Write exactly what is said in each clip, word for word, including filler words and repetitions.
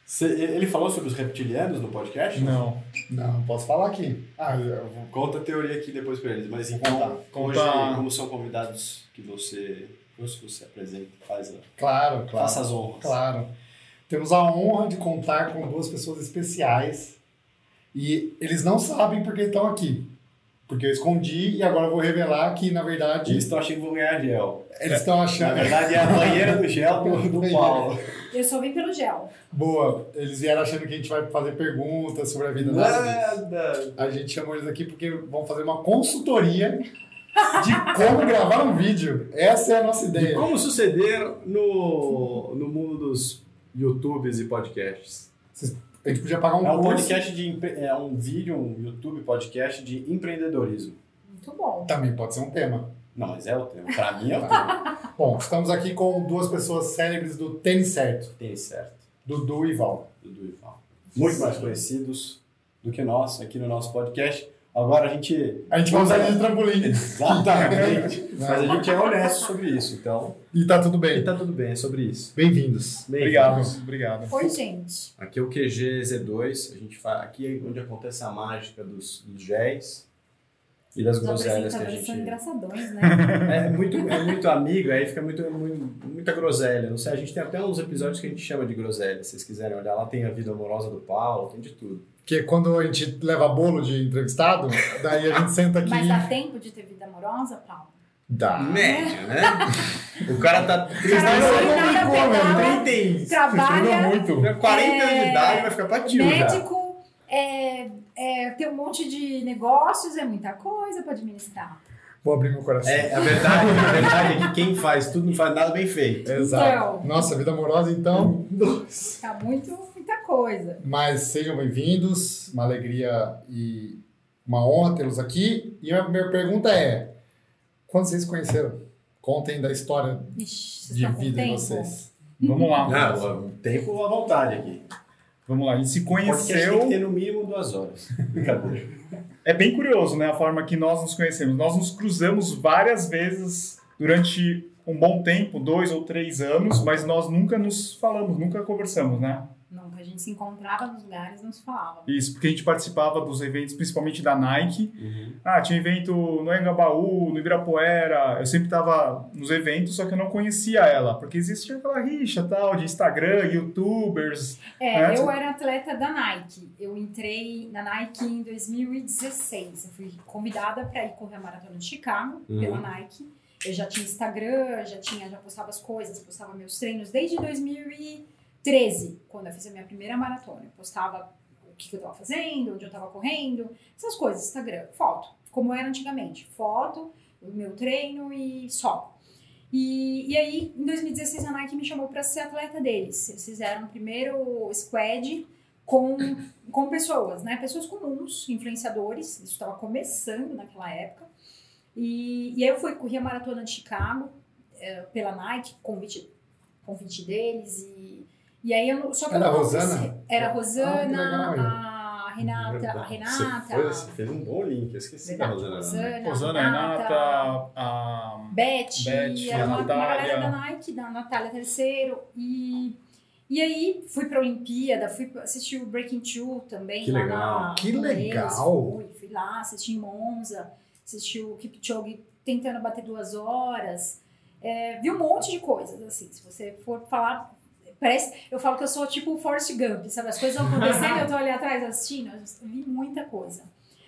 Cê, ele falou sobre os reptilianos no podcast? Não. Não, posso falar aqui. Ah, eu vou... Conta a teoria aqui depois pra eles. Mas então, Conta. hoje, como são convidados que você, você apresenta, faz a, Claro, claro. faça as honras. Claro. Temos a honra de contar com duas pessoas especiais e eles não sabem porque estão aqui. Porque eu escondi e agora eu vou revelar que, na verdade... Eles estão achando que vão ganhar gel. Eles estão achando... Na verdade, é a banheira do gel do, do Paulo. Eu só vim pelo gel. Boa. Eles vieram achando que a gente vai fazer perguntas sobre a vida deles. Nada. A gente chamou eles aqui porque vão fazer uma consultoria de como gravar um vídeo. Essa é a nossa De ideia. como suceder no, no mundo dos YouTubes e podcasts. A gente podia pagar um É um curso. podcast de empre- é um vídeo, um YouTube podcast de empreendedorismo. Muito bom. Também pode ser um tema. Não, mas é o tema. Pra mim é o tema. Bom, estamos aqui com duas pessoas célebres do Tênis Certo. Tem certo. Dudu e Val. Dudu e Val. Muito mais conhecidos do que nós aqui no nosso podcast. Agora a gente... A gente vai usar ele de trampolim. Exatamente. Mas a gente é honesto sobre isso, então... E tá tudo E bem. tá tudo bem, é sobre isso. Bem-vindos. Obrigado. Obrigado. Oi, gente. Aqui é o Q G Z dois. A gente faz... Aqui é onde acontece a mágica dos, dos géis e das Os groselhas que a apresentadores são gente... engraçadões, né? É muito, é muito amigo, aí fica muito, muito, muita groselha. Não sei, a gente tem até uns episódios que a gente chama de groselha. Se vocês quiserem olhar lá, tem a vida amorosa do Paulo, tem de tudo. Que é quando a gente leva bolo de entrevistado, daí a gente senta aqui... Mas dá tempo de ter vida amorosa, Paulo? Dá. Média, né? O cara tá Caralho, não tem nada pegado. trinta e Trabalha, muito. quarenta anos de É, idade, vai ficar pra tio já. médico, é, é, tem um monte de negócios, é muita coisa pra administrar. Vou abrir meu coração. É, a verdade, a verdade é que quem faz tudo não faz nada bem feito. Exato. Então. Nossa, vida amorosa, então... Nossa. Tá muito, muita coisa. Mas sejam bem-vindos, uma alegria e uma honra tê-los aqui. E a minha pergunta é, quando vocês se conheceram? Contem da história Ixi, vocês de estão com vida de tempo? vocês. Vamos lá. Não, tempo à vontade aqui. Vamos lá. A gente se Porque tem que conheceu. ter no mínimo duas horas. Brincadeira. É bem curioso, né? A forma que nós nos conhecemos. Nós nos cruzamos várias vezes durante um bom tempo, dois ou três anos, mas nós nunca nos falamos, nunca conversamos, né? Nunca, a gente se encontrava nos lugares e não se falava. Isso, porque a gente participava dos eventos, principalmente da Nike. Uhum. Ah, tinha evento no Engabaú, no Ibirapuera. Eu sempre estava nos eventos, só que eu não conhecia ela, porque existia aquela rixa tal de Instagram, YouTubers. É, É, eu você- era atleta da Nike. Eu entrei na Nike em dois mil e dezesseis. Eu fui convidada para ir correr a maratona de Chicago Uhum. pela Nike. Eu já tinha Instagram, já tinha, já postava as coisas, postava meus treinos desde dois mil e treze, quando eu fiz a minha primeira maratona. Eu postava o que eu estava fazendo, onde eu estava correndo, essas coisas, Instagram, foto, como era antigamente, foto, o meu treino e só. E, e aí, em dois mil e dezesseis, a Nike me chamou para ser atleta deles. Eles fizeram o primeiro squad com, com pessoas, né? Pessoas comuns, influenciadores. Isso estava começando naquela época. E, e aí eu fui correr a maratona de Chicago é, pela Nike, convite, convite deles. E, e aí eu não- só que Era eu não a Rosana? conheci- Era a Ah, que Rosana, legal. a Renata, a Renata. Você, foi, você fez um bom link, eu esqueci da Verdade, Rosana. Rosana, Rosana, Renata, a... Beth, Beth, era a uma, uma Natália. galera da Nike, da Natália Terceiro. E, e aí fui pra Olimpíada, fui assistir o Breaking Two também. Que lá legal. Na, Que com legal. Eles. Fui, fui lá, assisti em Monza, assisti o Kipchoge tentando bater duas horas. É, vi um monte de coisas, assim. Se você for falar... Parece, eu falo que eu sou tipo o Forrest Gump, sabe? As coisas vão acontecendo, eu tô ali atrás assistindo, eu vi muita coisa.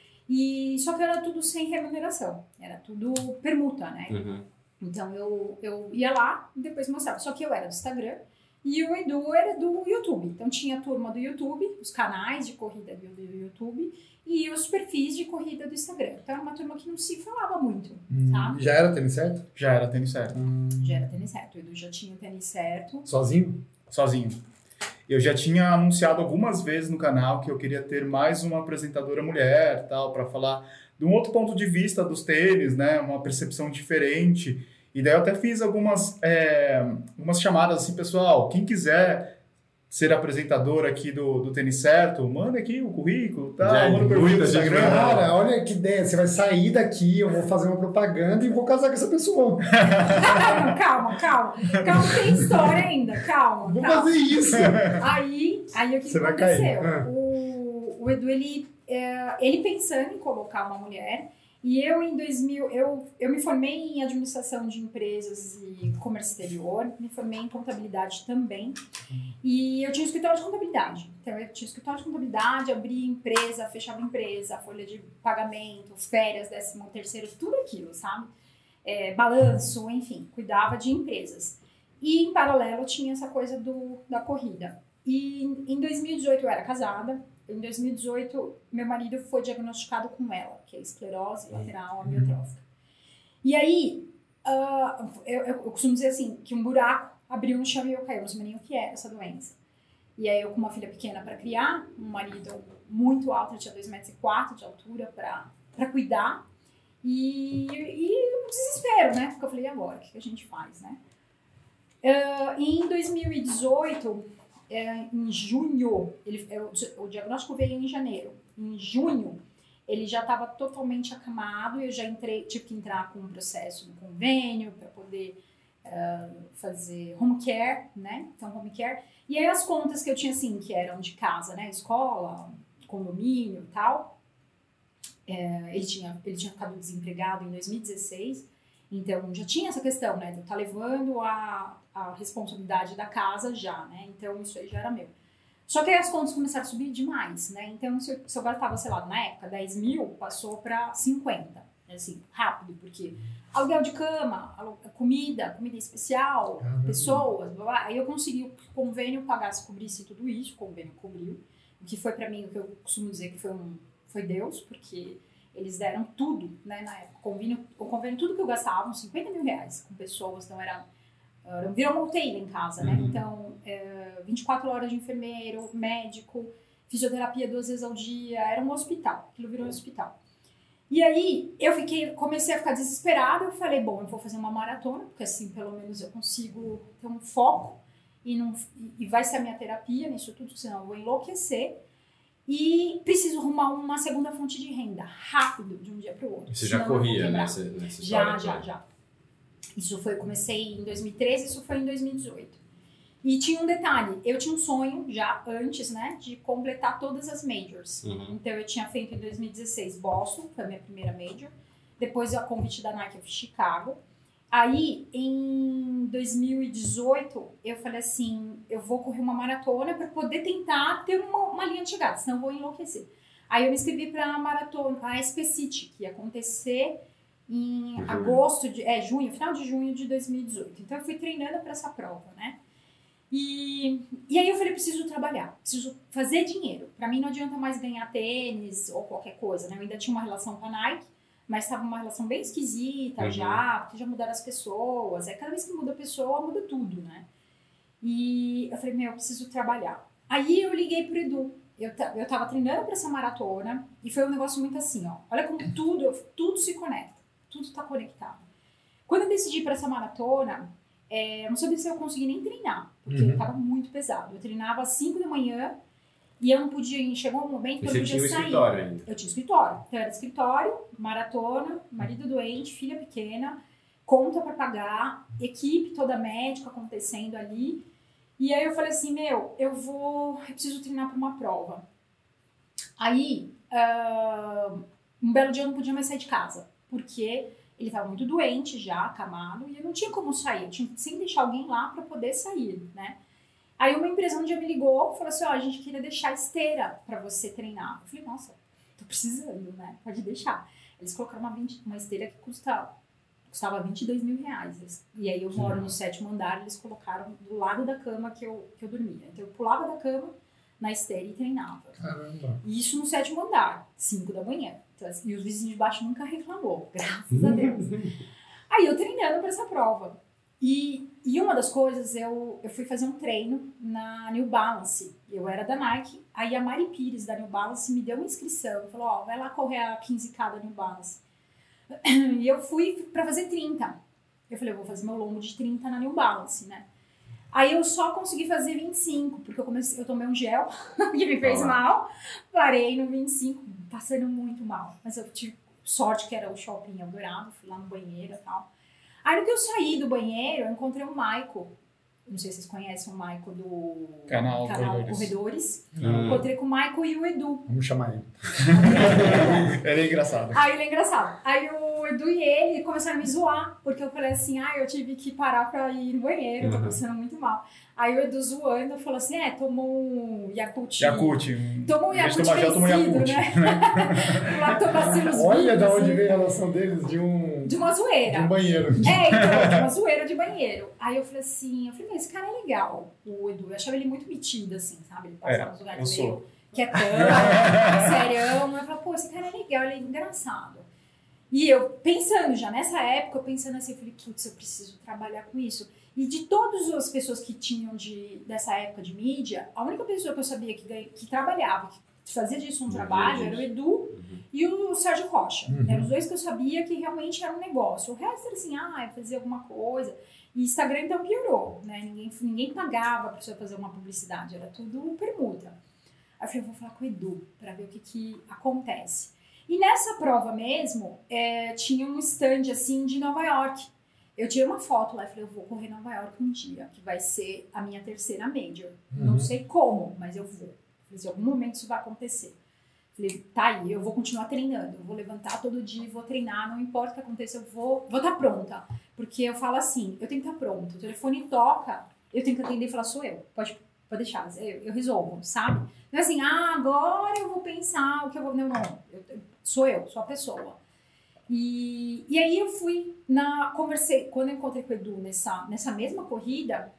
E só que era tudo sem remuneração, era tudo permuta, né? Uhum. Então eu, eu ia lá e depois mostrava. Só que eu era do Instagram e o Edu era do YouTube. Então tinha a turma do YouTube, os canais de corrida do, do YouTube e os perfis de corrida do Instagram. Então era uma turma que não se falava muito, Hum, tá? já era tênis certo? Já era tênis certo, Já era tênis certo, o Edu já tinha o tênis certo. Sozinho? sozinho. Eu já tinha anunciado algumas vezes no canal que eu queria ter mais uma apresentadora mulher, tal, para falar de um outro ponto de vista dos tênis, né, uma percepção diferente. E daí eu até fiz algumas, é, algumas chamadas assim, pessoal, quem quiser ser apresentador aqui do, do Tênis Certo, manda aqui o currículo, tá? Já, manda o perfil do muita gente Instagram. vai- Cara, olha que ideia. Você vai sair daqui, eu vou fazer uma propaganda e vou casar com essa pessoa. Não, calma, calma. Calma, tem história ainda. Calma, Vou calma. fazer isso. Aí, aí o que, Você que vai aconteceu? cair. Ah. O, o Edu, ele, é, ele pensando em colocar uma mulher, e eu em dois mil, eu, eu me formei em administração de empresas e comércio exterior, me formei em contabilidade também, e eu tinha um escritório de contabilidade. Então eu tinha escritório de contabilidade, abria empresa, fechava empresa, folha de pagamento, férias, décimo terceiro, tudo aquilo, sabe? É, balanço, enfim, cuidava de empresas. E em paralelo tinha essa coisa do, da corrida. E em dois mil e dezoito eu era casada. Em dois mil e dezoito meu marido foi diagnosticado com ela, que é esclerose lateral amiotrófica. E aí, uh, eu, eu costumo dizer assim, que um buraco abriu no chão e eu caí. Eu não sabia nem o que era essa doença. E aí eu com uma filha pequena para criar, um marido muito alto, ele tinha dois metros e quatro de altura para cuidar. E, e um desespero, né? Porque eu falei, e agora? O que, que a gente faz, né? Uh, em dois mil e dezoito, é, em junho, ele, eu, o diagnóstico veio em janeiro. Em junho, ele já estava totalmente acamado e eu já entrei, tive que entrar com um processo no convênio para poder uh, fazer home care, né? Então, home care. E aí as contas que eu tinha, assim, que eram de casa, né? Escola, condomínio e tal. É, ele, tinha, ele tinha ficado desempregado em dois mil e dezesseis. Então, já tinha essa questão, né, de eu estar levando a, a responsabilidade da casa já, né, então isso aí já era meu. Só que aí as contas começaram a subir demais, né, então se eu, se eu gastava, sei lá, na época, dez mil, passou para cinquenta, assim, rápido, porque aluguel de cama, alu- comida, comida especial, Caramba. pessoas, blá, blá. Aí eu consegui o convênio pagasse, cobrisse tudo isso, o convênio cobriu, o que foi para mim, o que eu costumo dizer que foi, um, foi Deus, porque... Eles deram tudo, né, na época. O convênio, o convênio, tudo que eu gastava, uns cinquenta mil reais com pessoas. Então, era, era virou uma U T I lá em casa, né? Uhum. Então, é, vinte e quatro horas de enfermeiro, médico, fisioterapia duas vezes ao dia. Era um hospital. Aquilo virou um hospital. E aí, eu fiquei, comecei a ficar desesperada. Eu falei, bom, eu vou fazer uma maratona, porque assim, pelo menos eu consigo ter um foco. E, não, e vai ser a minha terapia nisso tudo, senão eu vou enlouquecer. E preciso arrumar uma segunda fonte de renda, rápido, de um dia para o outro. Você já senão eu vou corria quebrar. nessa, nessa Já, história? já, toda? já. Isso foi, comecei em dois mil e treze, isso foi em dois mil e dezoito. E tinha um detalhe, eu tinha um sonho já antes, né, de completar todas as majors. Uhum. Então eu tinha feito em dois mil e dezesseis Boston, foi a minha primeira major. Depois a convite da Nike eu fiz Chicago. Aí, em dois mil e dezoito, eu falei assim, eu vou correr uma maratona para poder tentar ter uma, uma linha de chegada, senão eu vou enlouquecer. Aí eu me inscrevi para a maratona, a S P City, que ia acontecer em Junho. agosto, de, é, junho, final de junho de dois mil e dezoito. Então eu fui treinando para essa prova, né? E, e aí eu falei, preciso trabalhar, preciso fazer dinheiro. Para mim não adianta mais ganhar tênis ou qualquer coisa, né? Eu ainda tinha uma relação com a Nike, mas estava uma relação bem esquisita Uhum. já, porque já mudaram as pessoas. Aí cada vez que muda a pessoa, muda tudo, né? E eu falei, meu, eu preciso trabalhar. Aí eu liguei pro Edu. Eu, ta- eu tava treinando para essa maratona e foi um negócio muito assim, ó. Olha como tudo, tudo se conecta. Tudo tá conectado. Quando eu decidi para essa maratona, é, eu não sabia se eu conseguia nem treinar, porque Uhum. tava muito pesado. Eu treinava às cinco da manhã e eu não podia ir. Chegou um momento E que eu você não tinha podia o sair. escritório ainda. Eu tinha escritório. Então era escritório, maratona, marido doente, filha pequena, conta pra pagar, equipe toda médica acontecendo ali. E aí eu falei assim, meu, eu vou, eu preciso treinar pra uma prova. Aí, ah, um belo dia eu não podia mais sair de casa, porque ele estava muito doente já, acamado, e eu não tinha como sair, eu tinha que sempre deixar alguém lá pra poder sair, né? Aí uma empresa um dia me ligou e falou assim, ó, a gente queria deixar esteira pra você treinar. Eu falei, nossa, tô precisando, né? Pode deixar. Eles colocaram uma, vinte, uma esteira que custa, custava vinte e dois mil reais. Eles- e aí eu moro no sétimo andar, eles colocaram do lado da cama que eu, que eu dormia. Então eu pulava da cama na esteira e treinava. Caramba. E isso no sétimo andar, cinco da manhã. Então, assim, e os vizinhos de baixo nunca reclamou, graças a Deus. Aí eu treinando para essa prova. E, e uma das coisas, eu, eu fui fazer um treino na New Balance. Eu era da Nike. Aí a Mari Pires, da New Balance, me deu uma inscrição. Falou, ó, vai lá correr a quinze K da New Balance. E eu fui para fazer trinta. Eu falei, eu vou fazer meu longo de trinta na New Balance, né? Aí eu só consegui fazer vinte e cinco, porque eu, comecei, eu tomei um gel que me fez Olá. mal. Parei no vinte e cinco, passando muito mal. Mas eu tive sorte que era o shopping Eldorado, fui lá no banheiro e tal. Aí no que eu saí do banheiro, eu encontrei o Maico. Não sei se vocês conhecem o Maico do Canal Corredores. Corredores. Hum. Encontrei com o Maico e o Edu. Vamos chamar ele. Ele é engraçado. Aí ele é engraçado. Aí o Edu e ele começaram a me zoar, porque eu falei assim, ah, eu tive que parar pra ir no banheiro, tô Uhum. passando muito mal. Aí o Edu zoando falou assim, é, tomou um Yakult. Yakult. Tomou um Em vez de Yakult tomar gel, toma vencido, Yakult. né? Lactobacilos Olha da vivos, onde né? veio a relação deles de um, De uma de zoeira. um banheiro. É, então, de uma zoeira de banheiro. Aí eu falei assim, eu falei, mas esse cara é legal, o Edu. Eu achava ele muito metido, assim, sabe? Ele passava É, nos eu lugares sou. meio quietão, serião. Eu falei, pô, esse cara é legal, ele é engraçado. E eu, pensando já nessa época, eu pensando assim, eu falei, putz, eu preciso trabalhar com isso. E de todas as pessoas que tinham de, dessa época de mídia, a única pessoa que eu sabia que, ganha, que trabalhava, que fazia disso um trabalho, era o Edu Uhum. e o Sérgio Rocha. Uhum. Eram os dois que eu sabia que realmente era um negócio. O resto era assim, ah, fazer alguma coisa. E Instagram então piorou, né? Ninguém, ninguém pagava pra você fazer uma publicidade, era tudo permuta. Aí eu falei, eu vou falar com o Edu pra ver o que, que acontece. E nessa prova mesmo, é, tinha um stand assim de Nova York. Eu tirei uma foto lá e falei, eu vou correr Nova York um dia, que vai ser a minha terceira major. Uhum. Não sei como, mas eu vou. Falei, em algum momento isso vai acontecer. Falei, tá aí, eu vou continuar treinando, eu vou levantar todo dia e vou treinar, não importa o que aconteça, eu vou vou estar pronta. Porque eu falo assim, eu tenho que estar pronta. O telefone toca, eu tenho que atender e falar, sou eu, pode, pode deixar, eu, eu resolvo, sabe? Não é assim, ah, agora eu vou pensar o que eu vou... Não, não, eu, eu, sou eu, sou a pessoa. E, e aí eu fui, na, conversei, quando eu encontrei com o Edu nessa, nessa mesma corrida,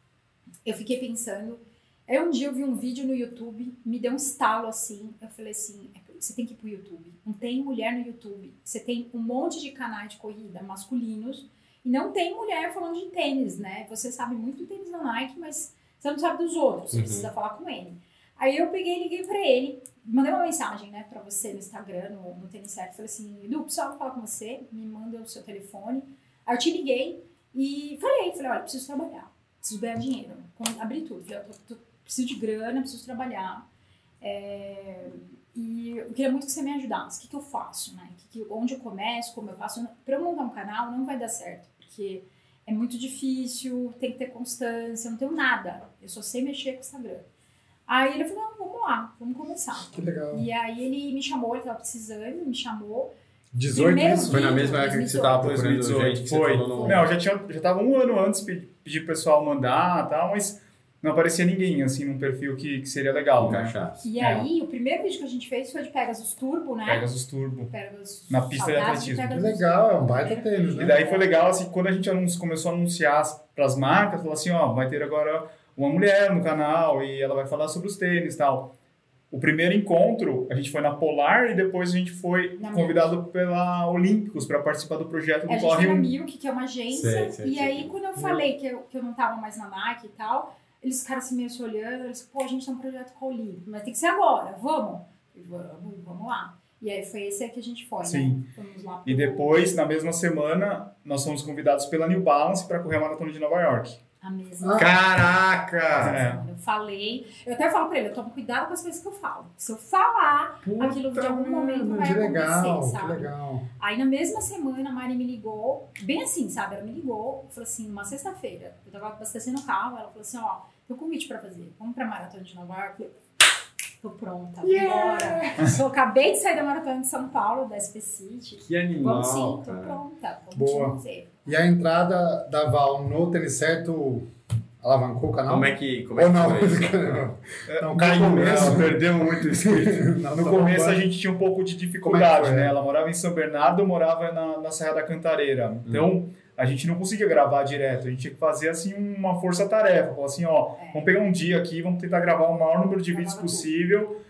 eu fiquei pensando, aí um dia eu vi um vídeo no YouTube, me deu um estalo assim, eu falei assim, você tem que ir pro YouTube, não tem mulher no YouTube, você tem um monte de canais de corrida masculinos, e não tem mulher falando de tênis, né? Você sabe muito do tênis da Nike, mas você não sabe dos outros, você Uhum. precisa falar com ele. Aí eu peguei e liguei pra ele, mandei uma mensagem, né, pra você no Instagram, no, no Tênis Certo, falei assim, Edu, precisava falar com você, me manda o seu telefone. Aí eu te liguei e falei, falei, olha, preciso trabalhar, preciso ganhar dinheiro, abri tudo, falei, eu tô, tô, preciso de grana, preciso trabalhar, é, e eu queria muito que você me ajudasse, o que, que eu faço, né, que, que, onde eu começo, como eu faço, pra eu montar um canal não vai dar certo, porque é muito difícil, tem que ter constância, eu não tenho nada, eu só sei mexer com o Instagram. Aí ele falou, não, vamos lá, vamos começar. Que legal. E aí ele me chamou, ele tava precisando, me chamou. dezoito Primeiro isso? Foi na mesma época que você tava procurando dois mil e dezoito, gente que você foi. falou no... Não, já tinha, já tava um ano antes, pedi, pedi pro pessoal mandar e tal, mas não aparecia ninguém, assim, num perfil que, que seria legal, né? encaixasse. E É. aí, o primeiro vídeo que a gente fez foi de Pegasus Turbo, né? Pegasus Turbo. Pegasus, Na pista de saudades atletismo. Que Pegasus legal, é um Turbo. baita tênis, né? E daí foi legal, assim, quando a gente anunci, começou a anunciar pras marcas, falou assim, ó, vai ter agora uma mulher no canal e ela vai falar sobre os tênis e tal. O primeiro encontro, a gente foi na Polar e depois a gente foi Na convidado pela Olímpicos para participar do projeto do A gente Corre foi na um. Milk, que é uma agência, Sei, sei, e sei. aí quando eu falei que eu, que eu não tava mais na Nike e tal, eles ficaram assim meio se olhando, eles pô, a gente tem um projeto com a Olímpico, mas tem que ser agora, vamos? Eu, vamos, vamos lá. E aí foi esse aí que a gente foi, Sim. né? Fomos lá pro... E depois, na mesma semana, nós fomos convidados pela New Balance para correr a Maratona de Nova York. A mesma Caraca! É. Eu falei, eu até falo pra ele, eu tomo cuidado com as coisas que eu falo. Se eu falar, aquilo de algum momento vai que legal, acontecer, que sabe? legal. Aí na mesma semana a Mari me ligou, bem assim, sabe? Ela me ligou, falou assim, uma sexta-feira, eu tava abastecendo o carro, ela falou assim, ó, tem um convite pra fazer, vamos pra Maratona de Nova York? Eu falei, tô pronta, Yeah! bora. Eu acabei de sair da Maratona de São Paulo, da S P City. Que animal, Vamos sim, tô cara. pronta, vamos Boa. fazer. E a entrada da Val no Tênis Certo alavancou o canal? Como é que, como é Ou que não? foi isso? Não, No caiu começo, mesmo. perdemos muito inscrito. Não, No tá começo a bombando. gente tinha um pouco de Como é dificuldade, que foi? né? Ela morava em São Bernardo, eu morava na, na Serra da Cantareira. Então, a gente não conseguia gravar direto. A gente tinha que fazer, assim, uma força-tarefa. Falar assim, ó, É. vamos pegar um dia aqui, vamos tentar gravar o maior número de vídeos Gravava tudo. possível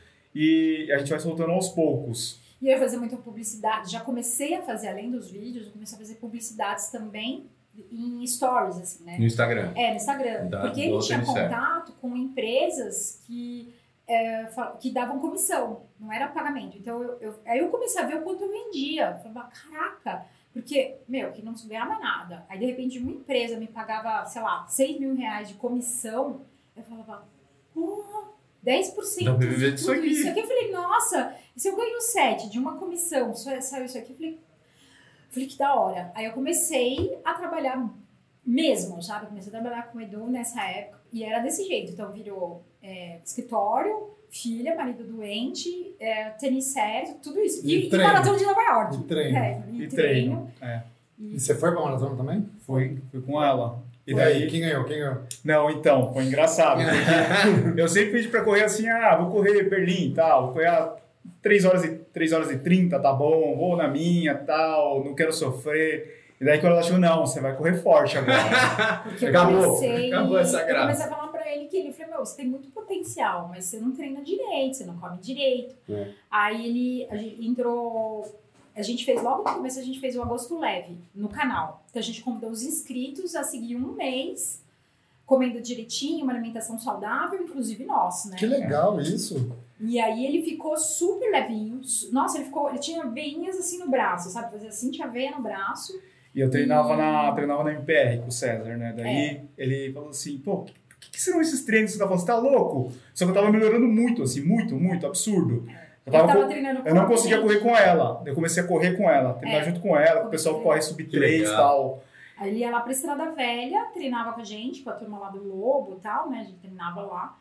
e a gente vai soltando aos poucos. E eu ia fazer muita publicidade. Já comecei a fazer, além dos vídeos, eu comecei a fazer publicidades também em stories, assim, né? No Instagram. É, no Instagram. Da- Porque do ele tinha Tênis Certo. contato com empresas que, é, fal- que davam comissão, não era pagamento. Então, eu, eu- aí eu comecei a ver o quanto eu vendia. Eu falei, caraca, Porque, meu, que não ganhava nada. Aí, de repente, uma empresa me pagava, sei lá, seis mil reais de comissão. Eu falava, porra, dez por cento Dá pra de viver tudo disso aqui. isso aqui. Eu falei, nossa, e se eu ganho sete de uma comissão, só saiu isso aqui, eu falei, falei, que da hora. Aí eu comecei a trabalhar mesmo, sabe? Comecei a trabalhar com o Edu nessa época e era desse jeito. Então, virou é, escritório, filha, marido doente, é, tênis sério, tudo isso. E E, e treino. maratona de Nova York. E treino. É, e, E treino. treino. É. E você foi pra maratona também? Foi, fui com ela. E E daí... daí, quem ganhou? Quem ganhou? Não, então, foi engraçado. Porque eu sempre pedi pra correr assim, ah, vou correr Berlim e tal, vou correr a três horas e trinta, tá bom, vou na minha tal, não quero sofrer. E daí quando ela chegou, não, você vai correr forte agora. Porque eu Acabou, comecei, acabou essa eu graça. comecei a falar pra ele que ele, eu falei, meu, você tem muito potencial, mas você não treina direito, você não come direito. É. Aí ele, a gente entrou, a gente fez, logo no começo a gente fez o Agosto Leve no canal. Então a gente convidou os inscritos a seguir um mês, comendo direitinho, uma alimentação saudável, inclusive nós, né? Que legal isso. E aí ele ficou super levinho. Nossa, ele ficou, ele tinha veinhas assim no braço, sabe? Fazia assim, tinha veia no braço. E eu treinava, E- na, treinava na M P R com o César, né? Daí ele falou assim, pô, o que, que serão esses treinos que você tá falando? Você tá louco? Só que eu tava melhorando muito, assim, muito, muito, absurdo. Eu, Ele tava tava co- treinando com eu não a conseguia gente. correr com ela. Eu comecei a correr com ela, treinar É. junto com ela, com o pessoal que corre sub Que três e legal. tal. Aí ele ia lá pra Estrada Velha, treinava com a gente, com a turma lá do Lobo e tal, né? A gente treinava lá.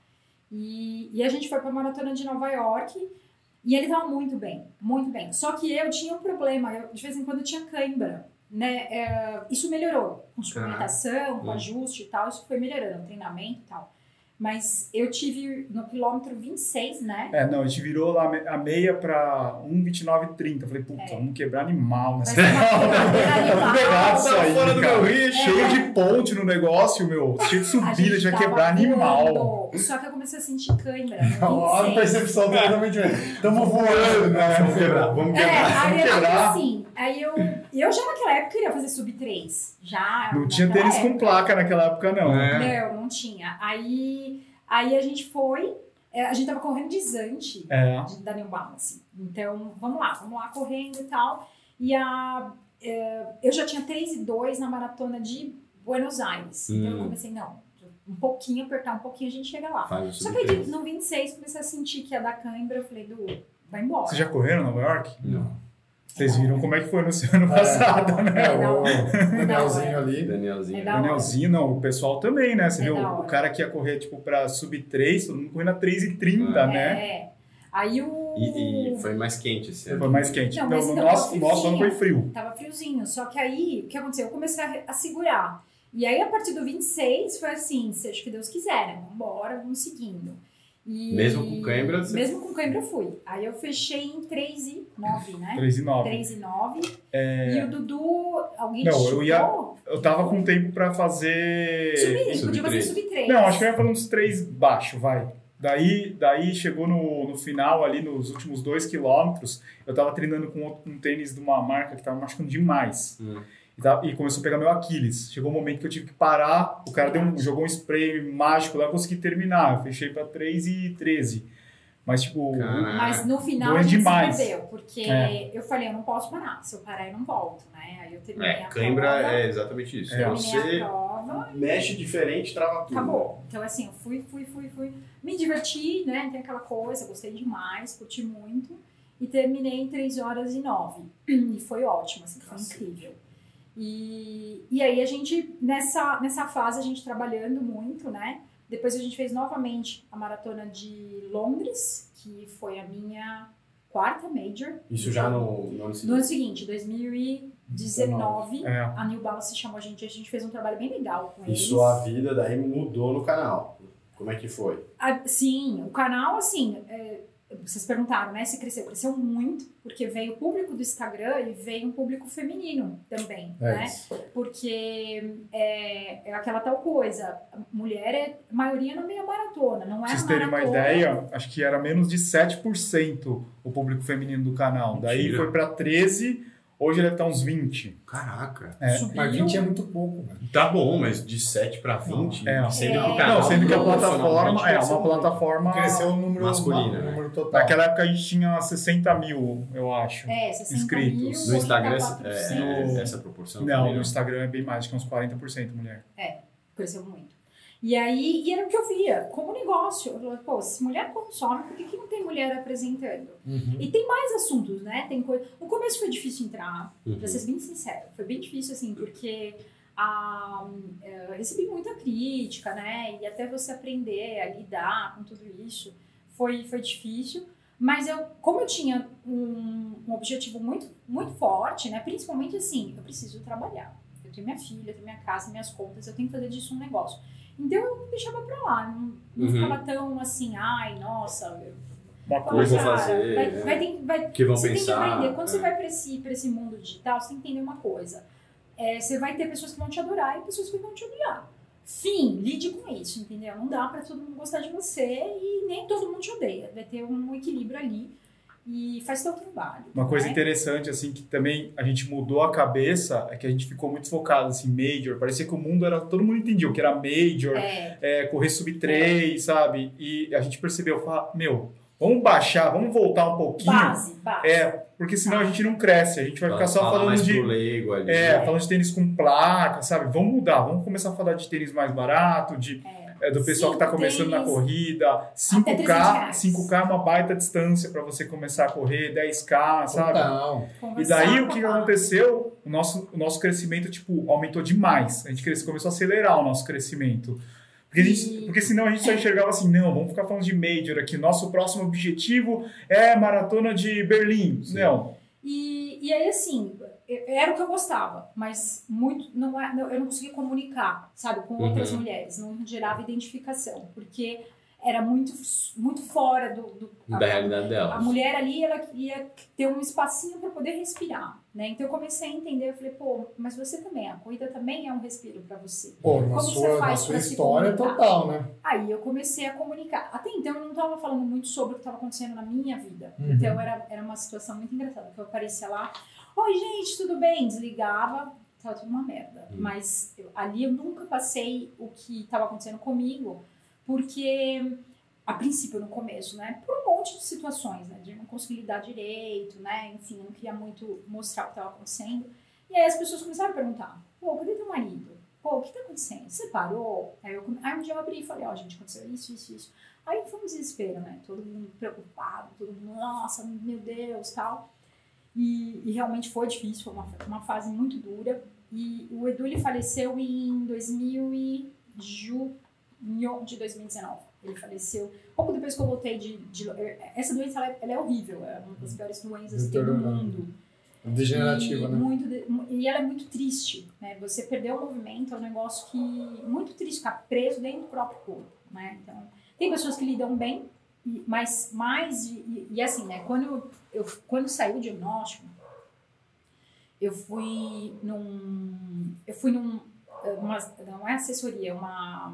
E, e a gente foi pra Maratona de Nova York e ele tava muito bem, muito bem. Só que eu tinha um problema, eu, de vez em quando eu tinha cãibra, né? É, isso melhorou com suplementação, com Hum. ajuste e tal, isso foi melhorando, treinamento e tal. Mas eu tive no quilômetro vinte e seis, né? É, não, a gente virou lá a meia pra um vinte e nove e trinta. Falei, puta, É. vamos quebrar animal Vai nessa. ser uma quebradeira Vamos animal. pegar isso Tá aí, fora do cara. meu ritmo. Cheio de ponte no negócio, meu. Cheio de A subida, a gente vai tava quebrar animal. voando. Só que eu comecei a sentir cãibra. no Olha a vinte e seis. percepção totalmente diferente. Estamos voando, né? Vamos quebrar, vamos É, quebrar. aí, eu, quebrar. assim, aí eu, eu já naquela época queria fazer sub três. Já. Não tinha naquela tênis com época. placa naquela época, não. É. Não, não tinha. Aí, aí a gente foi, é, a gente tava correndo de Zante, É. de, da New Balance. Então, vamos lá, vamos lá correndo e tal. E a, é, eu já tinha três e dois na maratona de Buenos Aires. Então eu Hum. comecei, não, um pouquinho, apertar um pouquinho, a gente chega lá. Faz o Só sub que aí, três. no vinte e seis, comecei a sentir que ia dar cãibra. Eu falei, Du, vai embora. Vocês já correram em Nova York? Não. Vocês viram como é que foi no seu ano passado, né? É, o É Danielzinho ali. Danielzinho. É O da hora. Danielzinho, não, o pessoal também, né? Você É viu da o hora. cara que ia correr, tipo, pra sub três, todo mundo correndo a três e trinta, né? É. Aí o. E, e foi mais quente esse ano. Foi mais quente. Não, Não, mas no não, nosso, foi nosso ano foi frio. Tava friozinho. Só que aí, o que aconteceu? Eu comecei a, a segurar. E aí, a partir do vinte e seis, foi assim: seja o que Deus quiser, né? Vambora, vamos seguindo. E... Mesmo com cãibra, você- Mesmo com cãibra, eu fui. Aí eu fechei em três e nove, né? três e nove. três e nove. E o Dudu, alguém Não, te eu ia- chutou? Eu tava com tempo pra fazer... Subir, Sub podia fazer três. sub três. Não, acho que eu ia fazer uns três baixo, vai. Daí, daí chegou no, no final, ali nos últimos dois quilômetros, eu tava treinando com outro- um tênis de uma marca que tava machucando demais. Hum. E, tava- e começou a pegar meu Aquiles. Chegou um momento que eu tive que parar, o cara deu um, jogou um spray mágico lá, eu consegui terminar. Eu fechei pra três e treze. Mas, tipo, Caraca. Mas no final Doeu a gente demais. se perdeu, porque É. eu falei, eu não posso parar. Se eu parar, eu não volto, né? Aí eu terminei É, a cãibra prova. é exatamente isso. É. Terminei Você a prova. mexe diferente, trava tudo. Acabou. Então, assim, eu fui, fui, fui, fui. Me diverti, né? Tem aquela coisa, gostei demais, curti muito. E terminei em três horas e nove. E foi ótimo, assim, foi Nossa. incrível. E, e aí a gente, nessa, nessa fase, a gente trabalhando muito, né? Depois a gente fez novamente a maratona de Londres, que foi a minha quarta major. Isso já no, no ano No seguinte. ano seguinte, dois mil e dezenove, É. a New Balance chamou a gente, a gente fez um trabalho bem legal com E eles. sua vida daí mudou no canal. Como é que foi? Ah, sim, o canal, assim, é, vocês perguntaram, né, se cresceu. Cresceu muito, porque veio o público do Instagram e veio um público feminino também, É né? isso. Porque é, é aquela tal coisa, a mulher é maioria na meia maratona, não é pra vocês na terem uma maratona. ideia, acho que era menos de sete por cento o público feminino do canal. Daí Mentira. foi pra treze, Hoje deve estar uns vinte. Caraca. É. Mas vinte é muito pouco, velho. Tá bom, mas de sete para vinte, É. sendo É. que o canal... Não, sendo que a profissionalmente plataforma é cresceu uma muito. plataforma... Cresceu o número, Masculino, o né? número total. Naquela época a gente tinha sessenta mil, eu acho. É, sessenta Inscritos. mil, No hoje Instagram, tá quatro por cento. é, No- essa proporção? Não, também no Instagram é bem mais, acho que é uns quarenta por cento mulher. Cresceu muito. E aí, e era o que eu via, como negócio. Eu falei, pô, se mulher consome, por que, que não tem mulher apresentando? Uhum. E tem mais assuntos, né? Tem coisa... No começo foi difícil entrar, Uhum. pra ser bem sincero. Foi bem difícil, assim, porque ah, eu recebi muita crítica, né? E até você aprender a lidar com tudo isso foi, foi difícil. Mas eu, como eu tinha um, um objetivo muito, muito forte, né? Principalmente assim, eu preciso trabalhar. Eu tenho minha filha, eu tenho minha casa, minhas contas, eu tenho que fazer disso um negócio. Então eu deixava pra lá, não, não Uhum. ficava tão assim, ai, nossa, eu, Uma Como coisa... vou fazer, vai, né? vai, ter- vai, Que vão você pensar, tem que aprender. Quando é. você vai pra esse, pra esse mundo digital, você tem que entender uma coisa. É, você vai ter pessoas que vão te adorar e pessoas que vão te odiar. Fim, lide com isso, entendeu? Não dá pra todo mundo gostar de você e nem todo mundo te odeia. Vai ter um equilíbrio ali e faz seu trabalho. Uma coisa né? interessante, assim, que também a gente mudou a cabeça, é que a gente ficou muito focado, assim, major. Parecia que o mundo era... Todo mundo entendia o que era major, É, é, correr sub três, sabe? E a gente percebeu, fala, meu, vamos baixar, vamos voltar um pouquinho. base, base. É, porque senão a gente não cresce, a gente vai ficar só Fala falando mais de... pro leigo ali. É, falando de tênis com placa, sabe? Vamos mudar, vamos começar a falar de tênis mais barato, de, é, do pessoal que está Cinco começando na tênis, corrida, cinco trezentos K, reais. cinco K é uma baita distância para você começar a correr, dez K, sabe? Total. E Conversar daí o com que a- aconteceu? O nosso, o nosso crescimento, tipo, aumentou demais. A gente cresceu, começou a acelerar o nosso crescimento. Porque, a gente- E- porque senão a gente só enxergava assim, não, vamos ficar falando de major aqui. Nosso próximo objetivo é maratona de Berlim. Sim. Não. E, e aí, assim, eu- era o que eu gostava, mas muito não, é- não- eu não conseguia comunicar, sabe, com outras Uhum. mulheres, não gerava identificação, porque era muito, muito fora do... do Da a- realidade dela. A mulher ali, ela queria ter um espacinho para poder respirar, né? Então eu comecei a entender, eu falei, pô, mas você também, a corrida também é um respiro para você. Pô, na Como você sua, na faz sua pra se história comunicar? total, né? Aí eu comecei a comunicar. Até então eu não estava falando muito sobre o que estava acontecendo na minha vida. Uhum. Então era, era uma situação muito engraçada, que eu aparecia lá, oi gente, tudo bem? Desligava, tava tudo uma merda. Hum. Mas eu- ali eu nunca passei o que estava acontecendo comigo, porque a princípio, no começo, né, por um monte de situações, né, de não conseguir lidar direito, né, enfim, eu não queria muito mostrar o que estava acontecendo. E aí as pessoas começaram a perguntar, pô, cadê teu marido? Pô, o que tá acontecendo? Você parou? Aí, eu, aí um dia eu abri e falei, ó, gente, aconteceu isso, isso, isso. Aí foi um desespero, né, todo mundo preocupado, todo mundo, nossa, meu Deus, tal. E, e realmente foi difícil, foi uma, uma fase muito dura. E o Edu, ele faleceu em dois mil e junho de dois mil e dezenove. Ele faleceu pouco depois que eu voltei de... de essa doença, ela é, ela é horrível. É uma das piores doenças que tem no mundo. Degenerativa, e, né? muito de- e ela é muito triste, né? Você perder o movimento é um negócio que... Muito triste, ficar preso dentro do próprio corpo, né? Então, tem pessoas que lidam bem, e- mas mais... de- E, e assim, né? Quando, eu, eu, quando saiu o diagnóstico, eu fui num... Eu fui num... Uma, não é assessoria, é uma...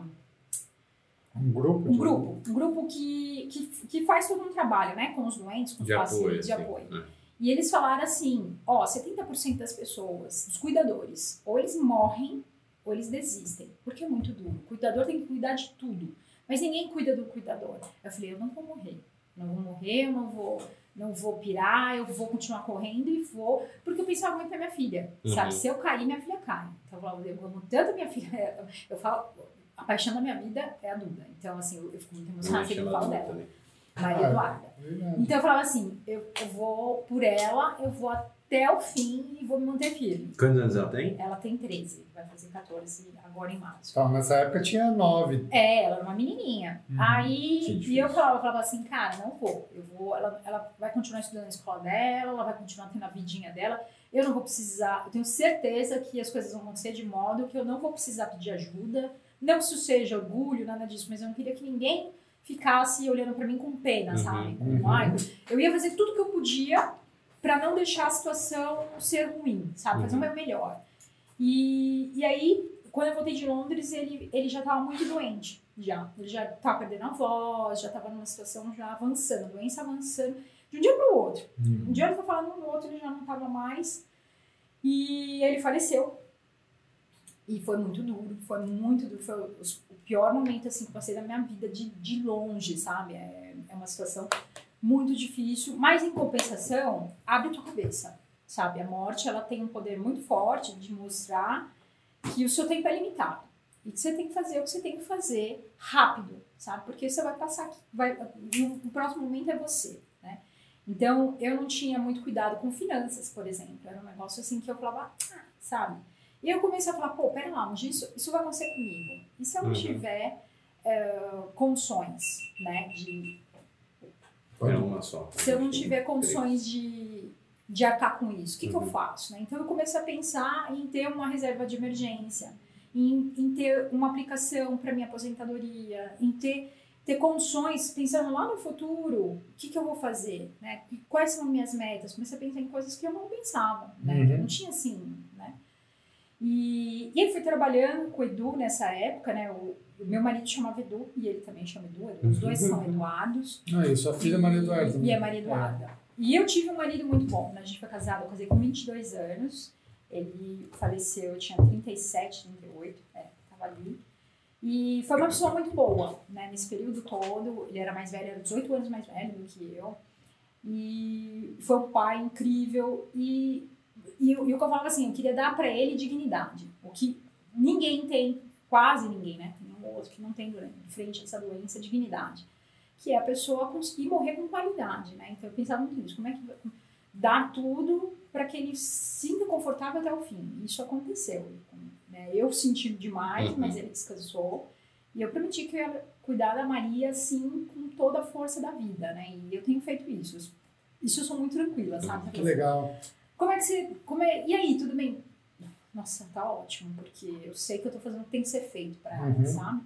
Um grupo? Um de- grupo, um grupo que, que, que faz todo um trabalho, né, com os doentes, com os De apoio, pacientes, de assim. apoio. É. E eles falaram assim, ó, setenta por cento das pessoas, dos cuidadores, ou eles morrem, ou eles desistem, porque é muito duro. O cuidador tem que cuidar de tudo, mas ninguém cuida do cuidador. Eu falei, eu não vou morrer, não vou morrer, eu não vou, não vou pirar, eu vou continuar correndo e vou, porque eu pensava muito na minha filha, Uhum. sabe? Se eu cair, minha filha cai. Então eu falava, eu amo tanto a minha filha, eu falo, a paixão da minha vida é a Duda. Então, assim, eu, eu fico muito emocionada Não sempre que eu chama falo Duda dela. também. Maria Ah, Eduarda. Verdade. Então eu falava assim, eu, eu vou por ela, eu vou até o fim e vou me manter firme. Quantos anos ela tem? Ela tem treze, vai fazer catorze agora em março. Então, nessa época tinha nove. É, ela era uma menininha. Uhum. Aí, Que e difícil. eu falava, eu falava assim, cara, não vou. Eu vou, ela, ela vai continuar estudando na escola dela, ela vai continuar tendo a vidinha dela. Eu não vou precisar, eu tenho certeza que as coisas vão acontecer de modo que eu não vou precisar pedir ajuda. Não que isso seja orgulho, nada disso, mas eu não queria que ninguém ficasse olhando pra mim com pena, Uhum, sabe? Com uhum. ai, eu ia fazer tudo que eu podia pra não deixar a situação ser ruim, sabe? Fazer Uhum. o meu melhor. E, e aí, quando eu voltei de Londres, ele, ele já tava muito doente, já. Ele já tava perdendo a voz, já tava numa situação já avançando, a doença avançando, de um dia pro outro. Um dia ele foi falando, no outro ele já não tava mais. E ele faleceu. E foi muito duro, foi muito duro. Foi o, o pior momento assim, que eu passei da minha vida de, de longe, sabe? É, é uma situação muito difícil, mas em compensação, abre tua cabeça, sabe? A morte, ela tem um poder muito forte de mostrar que o seu tempo é limitado. E que você tem que fazer o que você tem que fazer rápido, sabe? Porque você vai passar aqui, vai, o próximo momento é você, né? Então, eu não tinha muito cuidado com finanças, por exemplo. Era um negócio assim que eu falava, ah, sabe? E eu comecei a falar, pô, pera lá, mas isso, isso vai acontecer comigo. E se eu não uhum. tiver uh, condições, né, de... É uma só. Se eu não tiver condições de, de arcar com isso, o que, uhum. que eu faço? Né? Então, eu comecei a pensar em ter uma reserva de emergência, em, em ter uma aplicação para minha aposentadoria, em ter, ter condições, pensando lá no futuro, o que, que eu vou fazer? Né? Quais são as minhas metas? Comecei a pensar em coisas que eu não pensava, né? Uhum. Eu não tinha assim, né? E, e eu fui trabalhando com o Edu nessa época, né? O, o meu marido chamava Edu e ele também chama Edu. Os dois são Eduardos. Ah, e sua filha é Maria Eduarda. E é Maria Eduarda. É. E eu tive um marido muito bom, né? A gente foi casado, eu casei com vinte e dois anos. Ele faleceu, eu tinha trinta e sete, trinta e oito, é, tava ali. E foi uma pessoa muito boa, né? Nesse período todo. Ele era mais velho, era dezoito anos mais velho do que eu. E foi um pai incrível e... E, e o que eu falava assim, eu queria dar pra ele dignidade, o que ninguém tem, quase ninguém, né? Tem um outro que não tem durante, frente a essa doença, dignidade, que é a pessoa conseguir morrer com qualidade, né? Então eu pensava muito nisso, como é que dar tudo para que ele se sinta confortável até o fim. Isso aconteceu, né? Eu senti demais, uhum. mas ele descansou e eu prometi que eu ia cuidar da Maria assim com toda a força da vida, né? E eu tenho feito isso. Isso eu sou muito tranquila, sabe? Que legal. Como é que você... Como é, e aí, tudo bem? Nossa, tá ótimo, porque eu sei que eu tô fazendo o que tem que ser feito pra ela, uhum. sabe?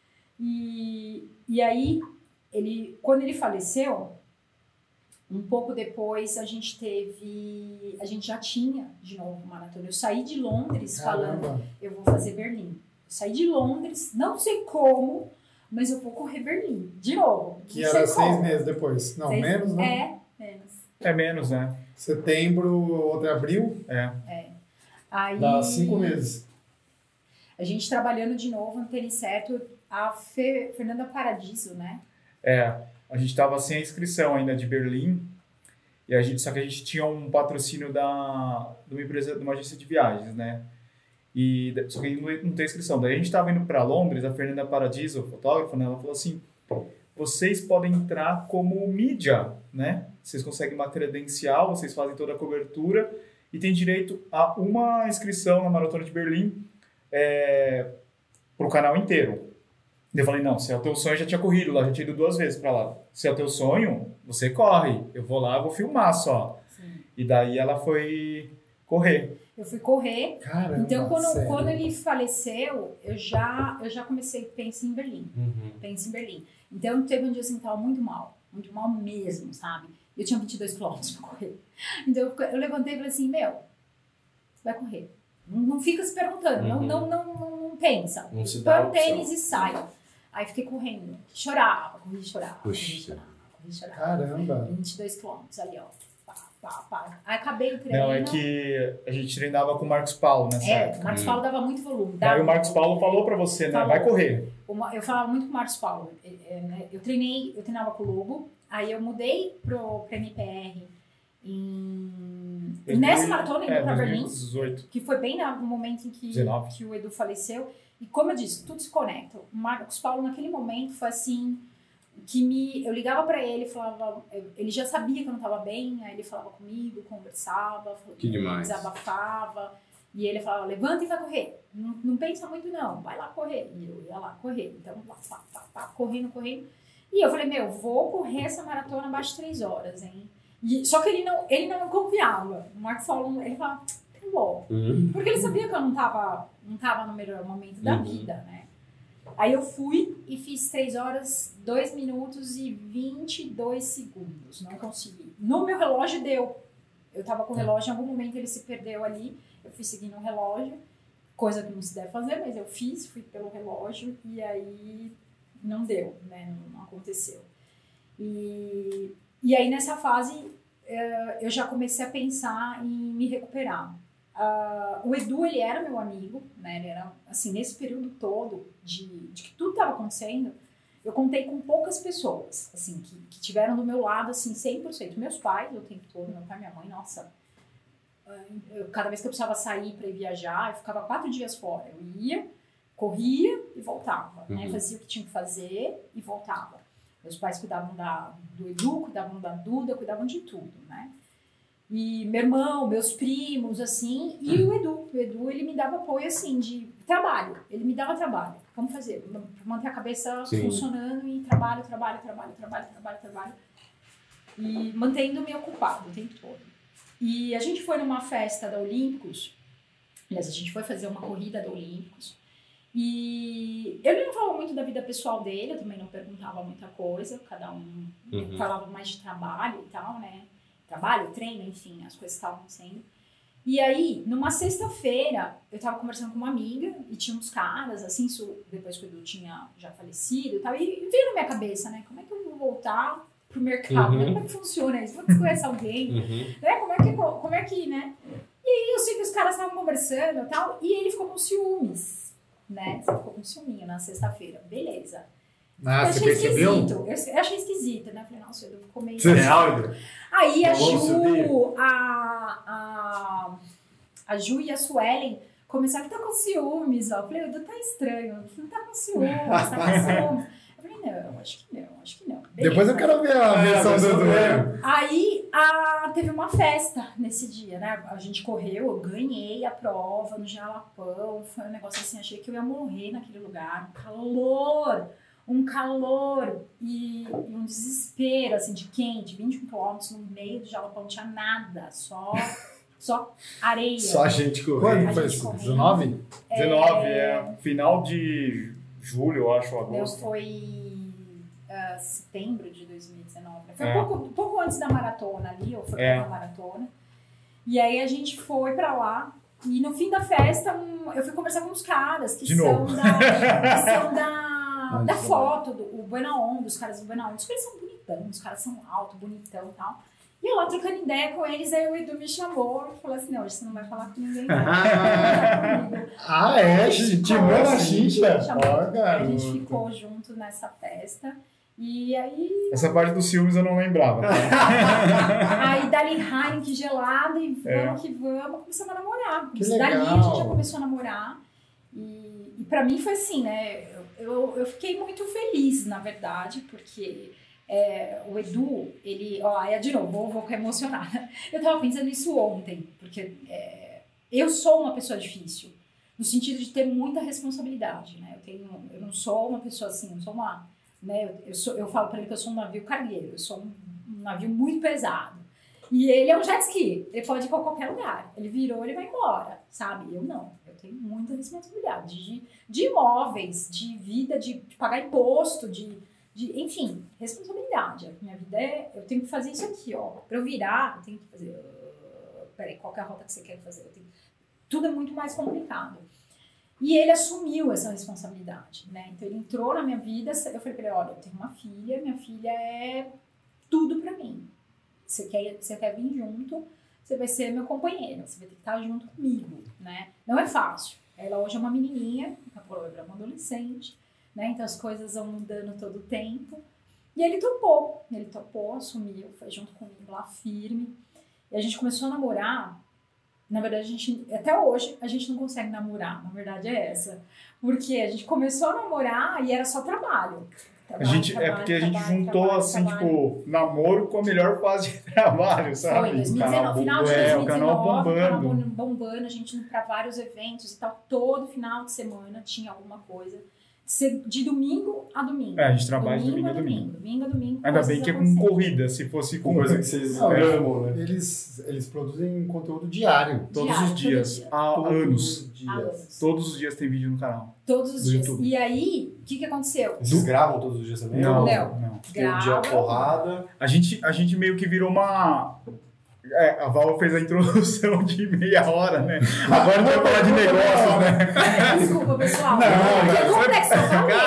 E, e aí, ele, quando ele faleceu, um pouco depois a gente teve... A gente já tinha, de novo, uma maratona. Eu saí de Londres Caramba. falando, eu vou fazer Berlim. Eu saí de Londres, não sei como, mas eu vou correr Berlim, de novo. Que era seis como. meses depois. Não, seis, menos, né? É, menos. É menos, né? Setembro, outro abril. É. é. Aí, dá cinco meses. A gente trabalhando de novo no Tênis Certo, a Fe, Fernanda Paradiso, né? É, a gente tava sem a inscrição ainda de Berlim, e a gente, só que a gente tinha um patrocínio da, de uma empresa, de uma agência de viagens, né? E, só que não, não tem inscrição. Daí a gente tava indo para Londres, a Fernanda Paradiso, fotógrafa, né, ela falou assim, vocês podem entrar como mídia, né? Vocês conseguem uma credencial, vocês fazem toda a cobertura e tem direito a uma inscrição na Maratona de Berlim é, para o canal inteiro. Eu falei, não, se é o teu sonho, eu já tinha corrido lá, já tinha ido duas vezes para lá. Se é o teu sonho, você corre. Eu vou lá, eu vou filmar só. Sim. E daí ela foi correr. Eu fui correr. Caramba, então, quando, sério? quando ele faleceu, eu já, eu já comecei a pensar em Berlim. Uhum. Pensa em Berlim. Então, teve um dia assim, que tava muito mal. Muito mal mesmo, sabe? Eu tinha vinte e dois quilômetros pra correr. Então, eu, eu levantei e falei assim, meu, você vai correr. Não, não fica se perguntando. Uhum. Não, não, não, não, não pensa. Não se dá põe o tênis e sai. Aí, fiquei correndo. Chorava, corri, chorava. Corri, chorava, corri, chorava. Caramba. vinte e dois quilômetros ali, ó. Pá, pá. Aí acabei o treino. Não, é que a gente treinava com o Marcos Paulo nessa é, época. o Marcos Paulo dava muito volume. Dava Aí o Marcos Paulo falou pra você, né? Falou. Vai correr. Uma, eu falava muito com o Marcos Paulo. Eu treinei, eu treinava com o Lobo. Aí eu mudei pro, pro M P R em... dois mil, nessa maratona, indo é, pra dois mil e Berlim. dezoito. Que foi bem no momento em que, que o Edu faleceu. E como eu disse, tudo se conecta. O Marcos Paulo, naquele momento, foi assim... que me, eu ligava pra ele, falava, ele já sabia que eu não tava bem, aí ele falava comigo, conversava, que demais. desabafava, e ele falava, levanta e vai correr, não, não pensa muito não, vai lá correr, e eu ia lá correr, então, pá, pá, pá, pá, correndo, correndo, e eu falei, meu, vou correr essa maratona abaixo de três horas, hein, e, só que ele não, ele não confiava, o Marcos falou, ele falava, tá bom, uhum. porque ele sabia que eu não tava, não tava no melhor momento da uhum. vida, né. Aí eu fui e fiz três horas, dois minutos e vinte e dois segundos. Não consegui. No meu relógio deu. Eu tava com o relógio, em algum momento ele se perdeu ali. Eu fui seguindo o relógio, coisa que não se deve fazer, mas eu fiz, fui pelo relógio e aí não deu, né? Não, não aconteceu. E, e aí nessa fase eu já comecei a pensar em me recuperar. Uh, o Edu, ele era meu amigo, né? Ele era, assim, nesse período todo de, de que tudo estava acontecendo, eu contei com poucas pessoas, assim, que, que tiveram do meu lado, assim, cem por cento. Meus pais, o tempo todo, meu pai e minha mãe, nossa, eu, cada vez que eu precisava sair para ir viajar, eu ficava quatro dias fora. Eu ia, corria e voltava, uhum. né? Fazia o que tinha que fazer e voltava. Meus pais cuidavam da, do Edu, cuidavam da Duda, cuidavam de tudo, né? E meu irmão, meus primos, assim, e o Edu. O Edu, ele me dava apoio, assim, de trabalho. Ele me dava trabalho. Vamos fazer, pra manter a cabeça Sim. funcionando e trabalho, trabalho, trabalho, trabalho, trabalho, trabalho. E mantendo-me ocupado o tempo todo. E a gente foi numa festa da Olímpicos. Aliás, a gente foi fazer uma corrida da Olímpicos. E eu não falava muito da vida pessoal dele, eu também não perguntava muita coisa. Cada um uhum. falava mais de trabalho e tal, né? Trabalho, treino, enfim, as coisas estavam acontecendo. E aí, numa sexta-feira, eu tava conversando com uma amiga e tinha uns caras, assim, isso, depois que o Edu tinha já falecido e tal, e veio na minha cabeça, né? Como é que eu vou voltar pro mercado? Uhum. Como é que funciona isso? Você conhece alguém? Uhum. Né? Como é que, como é que, né? E aí eu sei que os caras estavam conversando e tal, e ele ficou com ciúmes, né? Você ficou com ciúminho na sexta-feira. Beleza. Ah, eu você achei percebeu? esquisito. Eu achei esquisito, né? Falei, nossa, o Edu ficou meio... Você é áudio? Aí a Ju, a, a, a Ju e a Suelen começaram a estar com ciúmes, ó. Eu falei, o Edu tá estranho, não tá com ciúmes, tá com ciúmes. Eu falei, não, acho que não, acho que não. Beleza. Depois eu quero ver a é, versão do Edu. Aí a, teve uma festa nesse dia, né? A gente correu, eu ganhei a prova no Jalapão, foi um negócio assim, achei que eu ia morrer naquele lugar, um calor... um calor e, e um desespero, assim, de quente, vinte e um quilômetros no meio do Jalapão, não tinha nada, só, só areia. Só a gente correndo. Quando foi isso? dezenove? É... dezenove, é final de julho, eu acho, agosto. Não, foi uh, setembro de dois mil e dezenove, né? Foi é. um pouco, pouco antes da maratona ali, ou foi é. pra maratona. E aí a gente foi pra lá, e no fim da festa, um, eu fui conversar com uns caras que de são novo. da... Que são da da foto, do, o Buena Onda, os caras do Buena Onda, os caras são bonitão, os caras são altos, bonitão e tal. E eu lá trocando ideia com eles, aí o Edu me chamou e falou assim, não, você não vai falar com ninguém não. Ah, é? Chamou a Xincha? A gente ficou junto nessa festa. E aí... Essa parte dos ciúmes eu não lembrava. Aí dali Heineken gelada e vamos é. que vamos, começamos a namorar. Que Dali legal. a gente já começou a namorar. E, e pra mim foi assim, né? Eu, eu fiquei muito feliz, na verdade, porque é, o Edu, ele... Ó, é de novo, vou, vou emocionar. Eu tava pensando isso ontem, porque é, eu sou uma pessoa difícil, no sentido de ter muita responsabilidade, né? Eu, tenho, eu não sou uma pessoa assim, eu sou uma... Né, eu, sou, eu falo pra ele que eu sou um navio cargueiro, eu sou um, um navio muito pesado. E ele é um jet ski, ele pode ir pra qualquer lugar. Ele virou, ele vai embora, sabe? Eu não. Eu tenho muita responsabilidade de, de imóveis, de vida, de, de pagar imposto, de, de... Enfim, responsabilidade. A minha vida é... Eu tenho que fazer isso aqui, ó. Pra eu virar, eu tenho que fazer... Uh, peraí, qual que é a rota que você quer fazer? Eu tenho, tudo é muito mais complicado. E ele assumiu essa responsabilidade, né? Então ele entrou na minha vida, eu falei pra ele, olha, eu tenho uma filha, minha filha é tudo pra mim. Você quer, você quer vir junto, você vai ser meu companheiro, você vai ter que estar junto comigo, né? Não é fácil. Ela hoje é uma menininha, agora é uma adolescente, né? Então as coisas vão mudando todo o tempo. E ele topou, ele topou, assumiu, foi junto comigo lá firme. E a gente começou a namorar. Na verdade, a gente, até hoje, a gente não consegue namorar, na verdade é essa. Porque a gente começou a namorar e era só trabalho. Trabalho, a gente, trabalho, é porque a gente trabalho, juntou, trabalho, assim, trabalho. tipo, namoro com a melhor fase de trabalho, sabe? Foi, dois mil e dezenove, final de é, dois mil e dezenove, o canal bombando. o canal bombando, a gente indo pra vários eventos e tal. Todo final de semana tinha alguma coisa. De domingo a domingo. É, a gente trabalha de domingo, domingo a domingo. Domingo a domingo. Ainda bem que é com corrida, se fosse com... Coisa que vocês Não, amam, né? Eles, eles produzem conteúdo diário. Todos Diário, os dias, todo dia. há Todos anos. os dias. Há anos. Todos os dias tem vídeo no canal. Todos os Do dias. YouTube. E aí, o que, que aconteceu? Vocês gravam todos os dias também? Não, Ou Não. não. Tem um dia Grava. porrada. A gente, a gente meio que virou uma... É, a Val fez a introdução de meia hora, né? Agora a gente vai falar de negócios, né? Desculpa, pessoal. Não, Porque não, como é que você falou? cara,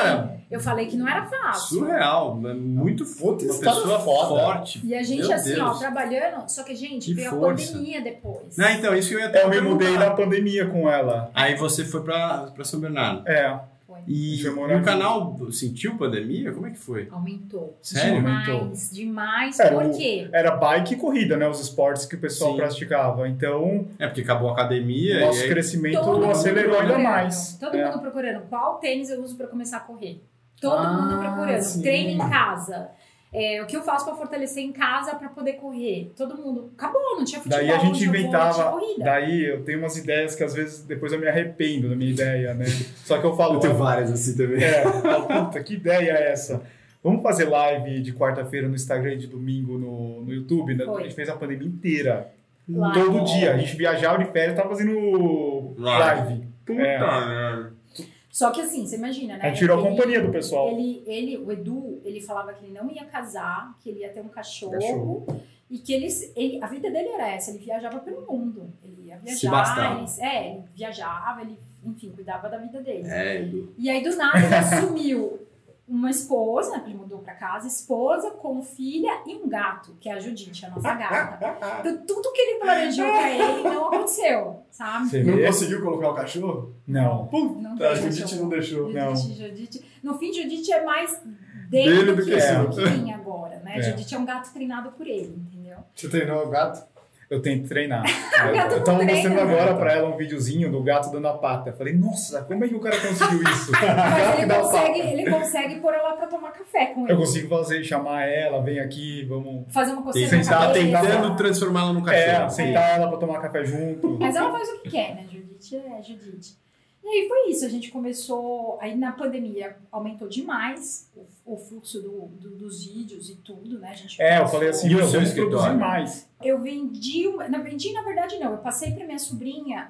Eu falei que não era fácil. Surreal, é muito Puta uma história pessoa foda. forte. E a gente, Meu assim, ó, Deus. trabalhando, só que, gente, Que veio força. a pandemia depois. Não, então, isso que eu ia até Eu me mudei perguntar. na pandemia com ela. Aí você foi pra, pra São Bernardo. É. Foi. E, Foi e morar o junto. canal sentiu pandemia? Como é que foi? Aumentou. Sério? Demais, Aumentou. demais. É, Por o- quê? Era bike e corrida, né? Os esportes que o pessoal Sim. praticava. Então, É porque acabou a academia o nosso e aí... crescimento Todo mundo acelerou ainda procurando, mais. Todo É. mundo procurando qual tênis eu uso pra começar a correr. Todo Ah, mundo procurando. sim. Treino em casa. É, o que eu faço pra fortalecer em casa pra poder correr? Todo mundo. Acabou, não tinha futebol, Daí a gente não tinha vôlei, inventava. tinha corrida. Daí eu tenho umas ideias que às vezes depois eu me arrependo da minha ideia, né? Só que eu falo. Eu tenho várias assim também. É, eu falo, puta, que ideia é essa? Vamos fazer live de quarta-feira no Instagram e de domingo no, no YouTube, né? Foi. A gente fez a pandemia inteira. Live. Todo dia. A gente viajava de férias e tava fazendo Live. live. Puta É. merda. Só que assim, você imagina, né? A gente tirou a Ele- companhia do pessoal. Ele, ele, o Edu, ele falava que ele não ia casar, que ele ia ter um cachorro, Cachorro. e que ele, ele, a vida dele era essa, ele viajava pelo mundo. Ele ia Se bastava. viajar, ele, é, ele viajava, ele, enfim, cuidava da vida dele. É, Edu. E aí, do nada, ele assumiu uma esposa, ele mudou pra casa, esposa com filha e um gato, que é a Judite, a nossa gata. Então, tudo que ele planejou pra ele não aconteceu, sabe? Você Não vê? conseguiu colocar o cachorro? Não. Não Tá, a tem Judite cachorro. não deixou. Não. Judite, Judite. No fim, Judite é mais dele, Dele do que, é. do que minha agora, né? É. Judite é um gato treinado por ele, entendeu? Você treinou o gato? Eu tenho que treinar. gato eu não tava treina, mostrando agora né? pra ela um videozinho do gato dando a pata. Eu falei, nossa, como é que o cara conseguiu isso? Mas ele Dá a consegue, pata. ele consegue pôr ela pra tomar café com ele. Eu consigo fazer, chamar ela, vem aqui, vamos. Fazer uma coceira Tem na que tá cabeça. tentando transformá-la num É, cachorro. sentar ela pra tomar café junto. Mas ela faz o que quer, né? Judite é Judite. E aí foi isso, a gente começou, aí na pandemia aumentou demais o, o fluxo do, do- dos vídeos e tudo, né? A gente É, eu começou- falei assim, E o meu, seu vamos produzir escritório? mais. Eu vendi, uma- não vendi na verdade não, eu passei para minha sobrinha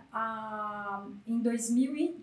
ah, em dois mil e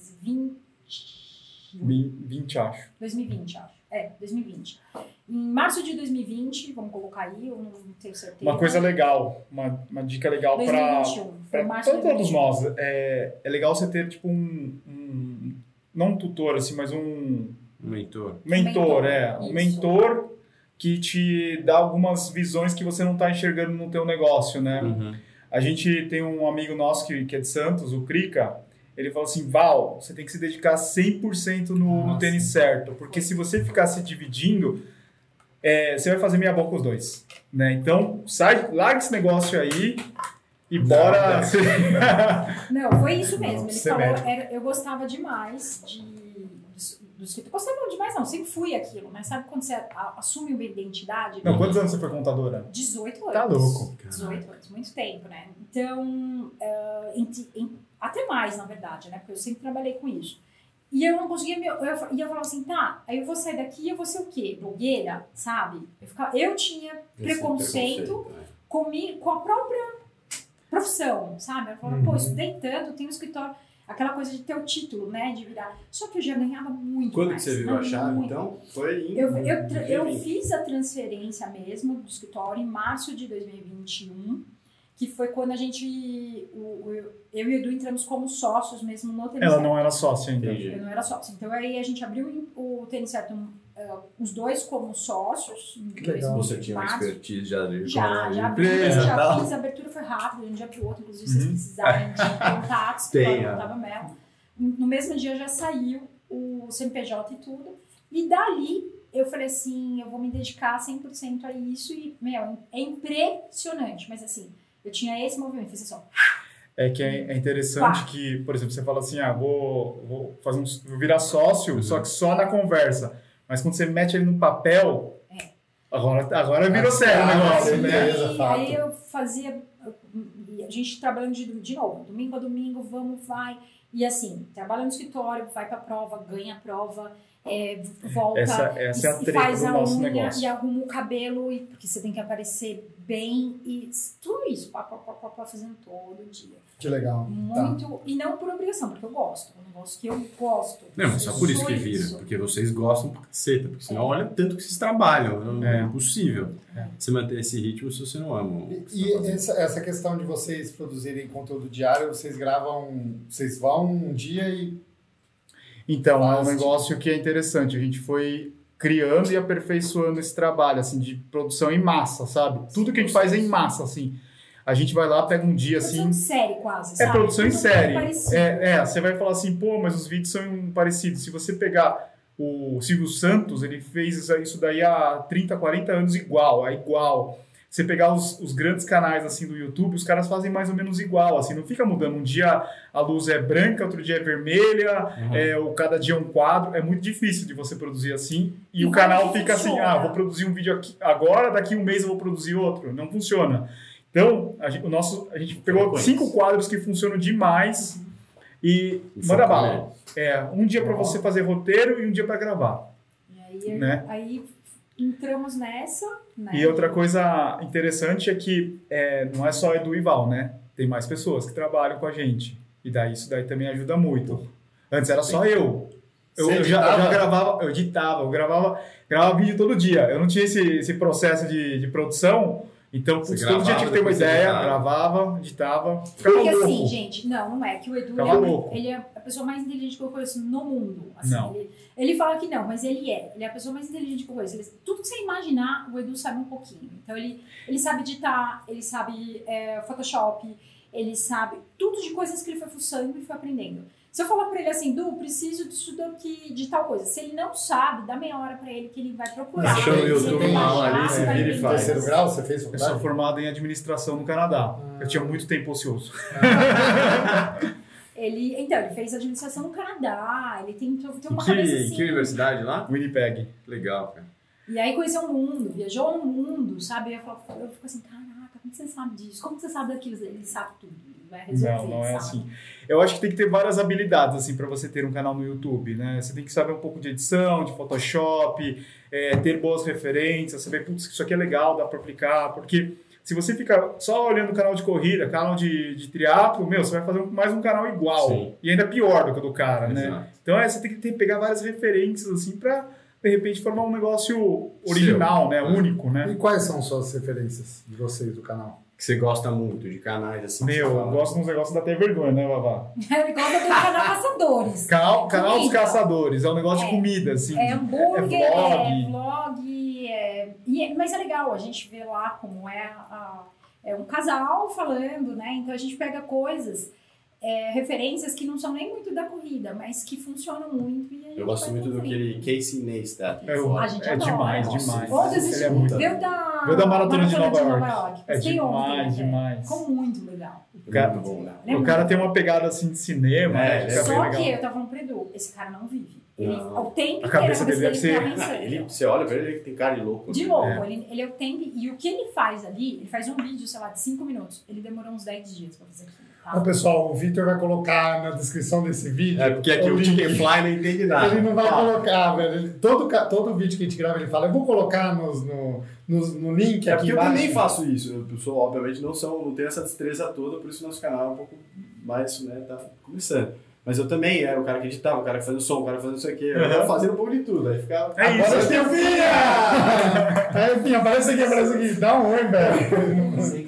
vinte, vinte, acho. dois mil e vinte, acho. É, dois mil e vinte. Em março de dois mil e vinte, vamos colocar aí, eu não tenho certeza. Uma coisa legal, uma, uma dica legal dois mil e pra, vinte e um, foi pra março de todos dois mil e vinte e um. nós. É, é legal você ter, tipo, um, um. Não um tutor, assim, mas um Mentor. mentor, Mentor, é. Um isso. mentor que te dá algumas visões que você não está enxergando no teu negócio, né? Uhum. A gente tem um amigo nosso que, que é de Santos, o Krika, ele falou assim, Val, você tem que se dedicar cem por cento no, no Nossa. tênis certo, porque se você ficar se dividindo, é, você vai fazer meia boca os dois, né? Então, sai, larga esse negócio aí e bora... Não, foi isso mesmo. Ele Você falou, médico. era- eu gostava demais de, dos, dos que gostava demais não, sempre fui aquilo, mas sabe quando você a- assume uma identidade? Não, quantos anos você foi contadora? dezoito anos. Tá louco. dezoito anos, muito tempo, né? Então, eh, em ti- em- até mais, na verdade, né? Porque eu sempre trabalhei com isso. E eu não conseguia, me, eu, eu, e eu falava assim, tá, aí eu vou sair daqui e eu vou ser o quê? Blogueira, sabe? Eu, ficava, eu tinha preconceito comigo, com a própria profissão, sabe? Eu falava, pô, Uhum. estudei tanto, tenho um escritório, aquela coisa de ter o título, né? De virar. Só que eu já ganhava muito Quando que mais, você viu a mas chave, muito. então? Foi em Eu, eu, tra- eu dois mil e vinte. fiz a transferência mesmo do escritório em março de dois mil e vinte e um, que foi quando a gente, o, o- eu e o Edu entramos como sócios mesmo no Tênis Ela Certo. não era sócia ainda. Entendi. Eu não era sócio. Então aí a gente abriu o Tênis Certo, eh, os dois como sócios. em Que dois legal. mil e Você tinha uma março. expertise já de Já, com já, a abri, empresa e já tal. fiz, a abertura foi rápida, de um dia para o outro, inclusive se vocês Uhum. precisarem de contatos, Tem, eu é. tava Mel. No mesmo dia já saiu o C N P J e tudo, e dali eu falei assim, eu vou me dedicar cem por cento a isso, e, meu, é impressionante, mas assim, eu tinha esse movimento, fiz assim, ó, É que é, é interessante Pá. que, por exemplo, você fala assim, ah, vou, vou, fazer um, vou virar sócio, Uhum. só que só na conversa. Mas quando você mete ele no papel, É. agora, agora virou Ah, sério o ah, negócio, sim. né? Beleza, E fato. aí eu fazia, e a gente trabalhando de, de novo, domingo a domingo, vamos, vai. E assim, trabalha no escritório, vai pra prova, ganha a prova, é, volta Essa, essa é a e, e treta faz do a nosso unha negócio. e arruma o cabelo, e, porque você tem que aparecer bem e tudo isso, pá, pá, pá, pá, pá, fazendo todo dia. Que legal. Tá. Muito, e não por obrigação, porque eu gosto, é um negócio que eu gosto. Não, mas só por isso Eu que sou vira. isso. Porque vocês gostam pra caceta. Porque senão É. olha tanto que vocês trabalham. É, É. impossível É. você manter esse ritmo se você não ama. o E, que você e tá fazendo. essa, essa questão de vocês produzirem conteúdo diário, vocês gravam, vocês vão um dia e Então, é um Fast. negócio que é interessante. A gente foi criando e aperfeiçoando esse trabalho, assim, de produção em massa, sabe? Tudo que a gente faz é em massa, assim. A gente vai lá, pega um dia, assim... Produção em série, quase, É sabe? produção em Tudo série. parecido. É, é, você vai falar assim, pô, mas os vídeos são parecidos. Se você pegar o Silvio Santos, ele fez isso daí há trinta, quarenta anos igual, é igual. Você pegar os, os grandes canais assim do YouTube, os caras fazem mais ou menos igual, assim, não fica mudando. Um dia a luz é branca, outro dia é vermelha, Uhum. é, o cada dia é um quadro. É muito difícil de você produzir assim. E, E o como canal que fica assim, funciona? ah, vou produzir um vídeo aqui agora, daqui um mês eu vou produzir outro. Não funciona. Então, a gente, o nosso, a gente pegou Frequência. cinco quadros que funcionam demais e E manda focar bala. neles. É, um dia para você fazer roteiro e um dia para gravar. E aí, Né? aí entramos nessa, né? E outra coisa interessante é que é, não é só Edu e Val, né? Tem mais pessoas que trabalham com a gente. E daí isso daí também ajuda muito. Antes era só eu. Eu, Você eu já, eu já editava? gravava, eu editava, eu gravava, gravava vídeo todo dia. Eu não tinha esse, esse processo de, de produção. Então, Você putz, todo dia gravava, tinha que ter uma depois você ideia, editava. gravava, editava. Ficava Porque louco. assim, gente, não, não é que o Edu ele Ficava é, louco. ele é a pessoa mais inteligente que eu conheço no mundo. Assim, Não. Ele, ele fala que não, mas ele é. Ele é a pessoa mais inteligente que eu conheço. Ele, tudo que você imaginar, o Edu sabe um pouquinho. Então ele, ele sabe editar, ele sabe é, Photoshop, ele sabe tudo de coisas que ele foi fuçando e foi aprendendo. Se eu falar pra ele assim, Du, preciso disso daqui, de tal coisa. Se ele não sabe, dá meia hora pra ele que ele vai procurar. Achou no Se ele YouTube achar, uma aula ali, se vai vira e aprender. faz. Terceiro grau, você fez Eu sou faculdade? formado em administração no Canadá. Ah. Eu tinha muito tempo ocioso. Ele, então, ele fez administração no Canadá, ele tem, tem E uma cabeça que, assim. que universidade lá? Winnipeg. Legal, cara. E aí conheceu o mundo, viajou o mundo, sabe? Eu, falo, eu fico assim, caraca, como você sabe disso? Como você sabe daquilo? Ele sabe tudo, ele vai resolver, Não, não é sabe? assim. Eu acho que tem que ter várias habilidades assim para você ter um canal no YouTube, né? Você tem que saber um pouco de edição, de Photoshop, é, ter boas referências, saber, putz, isso aqui é legal, dá para aplicar, porque se você fica só olhando o canal de corrida, canal de, de triatlo, meu, você vai fazer mais um canal igual. Sim. E ainda pior do que o do cara, né? Exato. Então é, você tem que ter, pegar várias referências assim para de repente formar um negócio original, né? É. Único, né? E quais são suas referências de vocês do canal? Que você gosta muito de canais assim. que Meu, você eu fala. gosto de uns negócios da até vergonha, né, Vavá? Ele gosta do canal Caçadores. Canal, canal dos Comida. caçadores, é um negócio É. de comida, assim. É hambúrguer, É é vlog. vlog, é, e é- mas é legal, a gente vê lá como é, a- é um casal falando, né? Então a gente pega coisas, é, referências que não são nem muito da corrida, mas que funcionam muito. E a gente Eu gosto vai muito do fazendo. aquele Casey Neistat. É, o- A gente é adora. demais, Nossa, demais. Ou desses- Ele é muito... Veio da, Veio da Maratona de Nova York. York. É Postei demais, ontem, até. demais. Ficou muito legal. Cara, Muito bom, né? Ele é O cara muito tem bom. uma pegada assim de cinema, É, né? ele Fica é bem Só legal. que eu tava falando pro Edu, esse cara não vive. Ele, Não. o tempo A cabeça inteiro, dele deve ser- tá pensando. Ah, ele, você olha pra ele, ele tem cara de louco. De né? louco, É. ele, ele é o tempo. E o que ele faz ali, ele faz um vídeo, sei lá, de cinco minutos. Ele demorou uns dez dias pra fazer aquilo. Tá? Então, pessoal, o Vitor vai colocar na descrição desse vídeo. É, porque aqui o link. Chicken Fly não entende nada. Ele não vai Ah, colocar, velho. Ele- todo, ca- todo vídeo que a gente grava, ele fala, eu vou colocar nos, no, nos- no link É aqui porque eu embaixo. também faço isso. Eu sou, obviamente, não, sou, não tenho essa destreza toda, por isso nosso canal é um pouco mais, né, tá começando. Mas eu também era o cara que editava, o cara que fazia o som, o cara que fazia não sei o quê. Eu Uhum. tava fazendo um pouco de tudo. Aí ficava. É isso. Agora tem o Finha! Aí, Finha, aparece aqui, aparece aqui. Dá um oi, velho.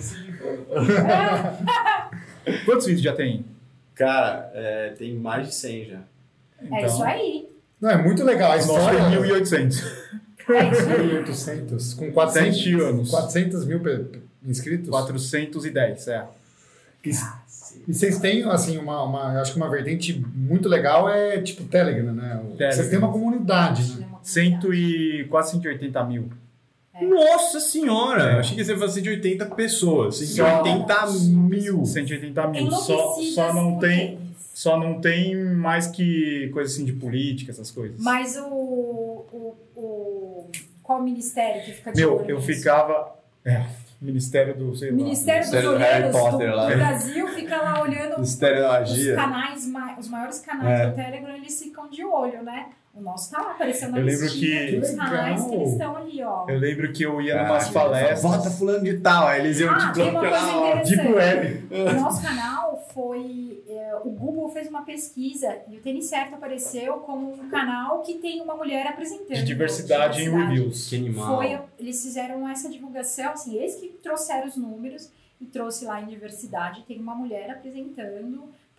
Quantos vídeos já tem? Cara, é, tem mais de cem já. É isso aí. Não, é muito legal. A Nossa, história... tem mil e oitocentos. É isso aí. mil e oitocentos. Com quatrocentos, Sete anos. quatrocentos mil pe- pe- inscritos. quatrocentos e dez, é. E, e vocês têm, assim, uma, uma... Eu acho que uma vertente muito legal é, tipo, Telegram, né? O- Telegram. Vocês têm uma comunidade, né? Cento e... quase cento e oitenta mil. Nossa senhora! É. Eu achei que você ia fazer cento e oitenta pessoas. cento e Só- oitenta mil. cento e oitenta mil. Só, Enlouquecidas só não por tem... eles. Só não tem mais que coisa assim de política, essas coisas. Mas o, o, o. Qual ministério que fica de Meu, olho eu nisso? ficava... É, Ministério do... Sei O lá. Ministério dos Ministério do Harry Olheiros do, Potter lá. do Brasil fica lá olhando Mistério da os magia. canais, ma- os maiores canais É. do Telegram, eles ficam de olho, né? O nosso tá lá aparecendo na Eu lembro listinha que- dos canais que legal. eles estão ali, ó. Eu lembro que eu ia Ah, numas palestras... Vota fulano de tal. Aí eles iam Ah, te tem uma bloquear. coisa ó. interessante. Deep Web. O nosso canal foi. é, o Google fez uma pesquisa e o Tênis Certo apareceu como um canal que tem uma mulher apresentando. De diversidade em Diversidade. reviews. Que animal. Foi, eles fizeram essa divulgação, assim, eles que trouxeram os números e trouxe lá em diversidade. Tem uma mulher apresentando,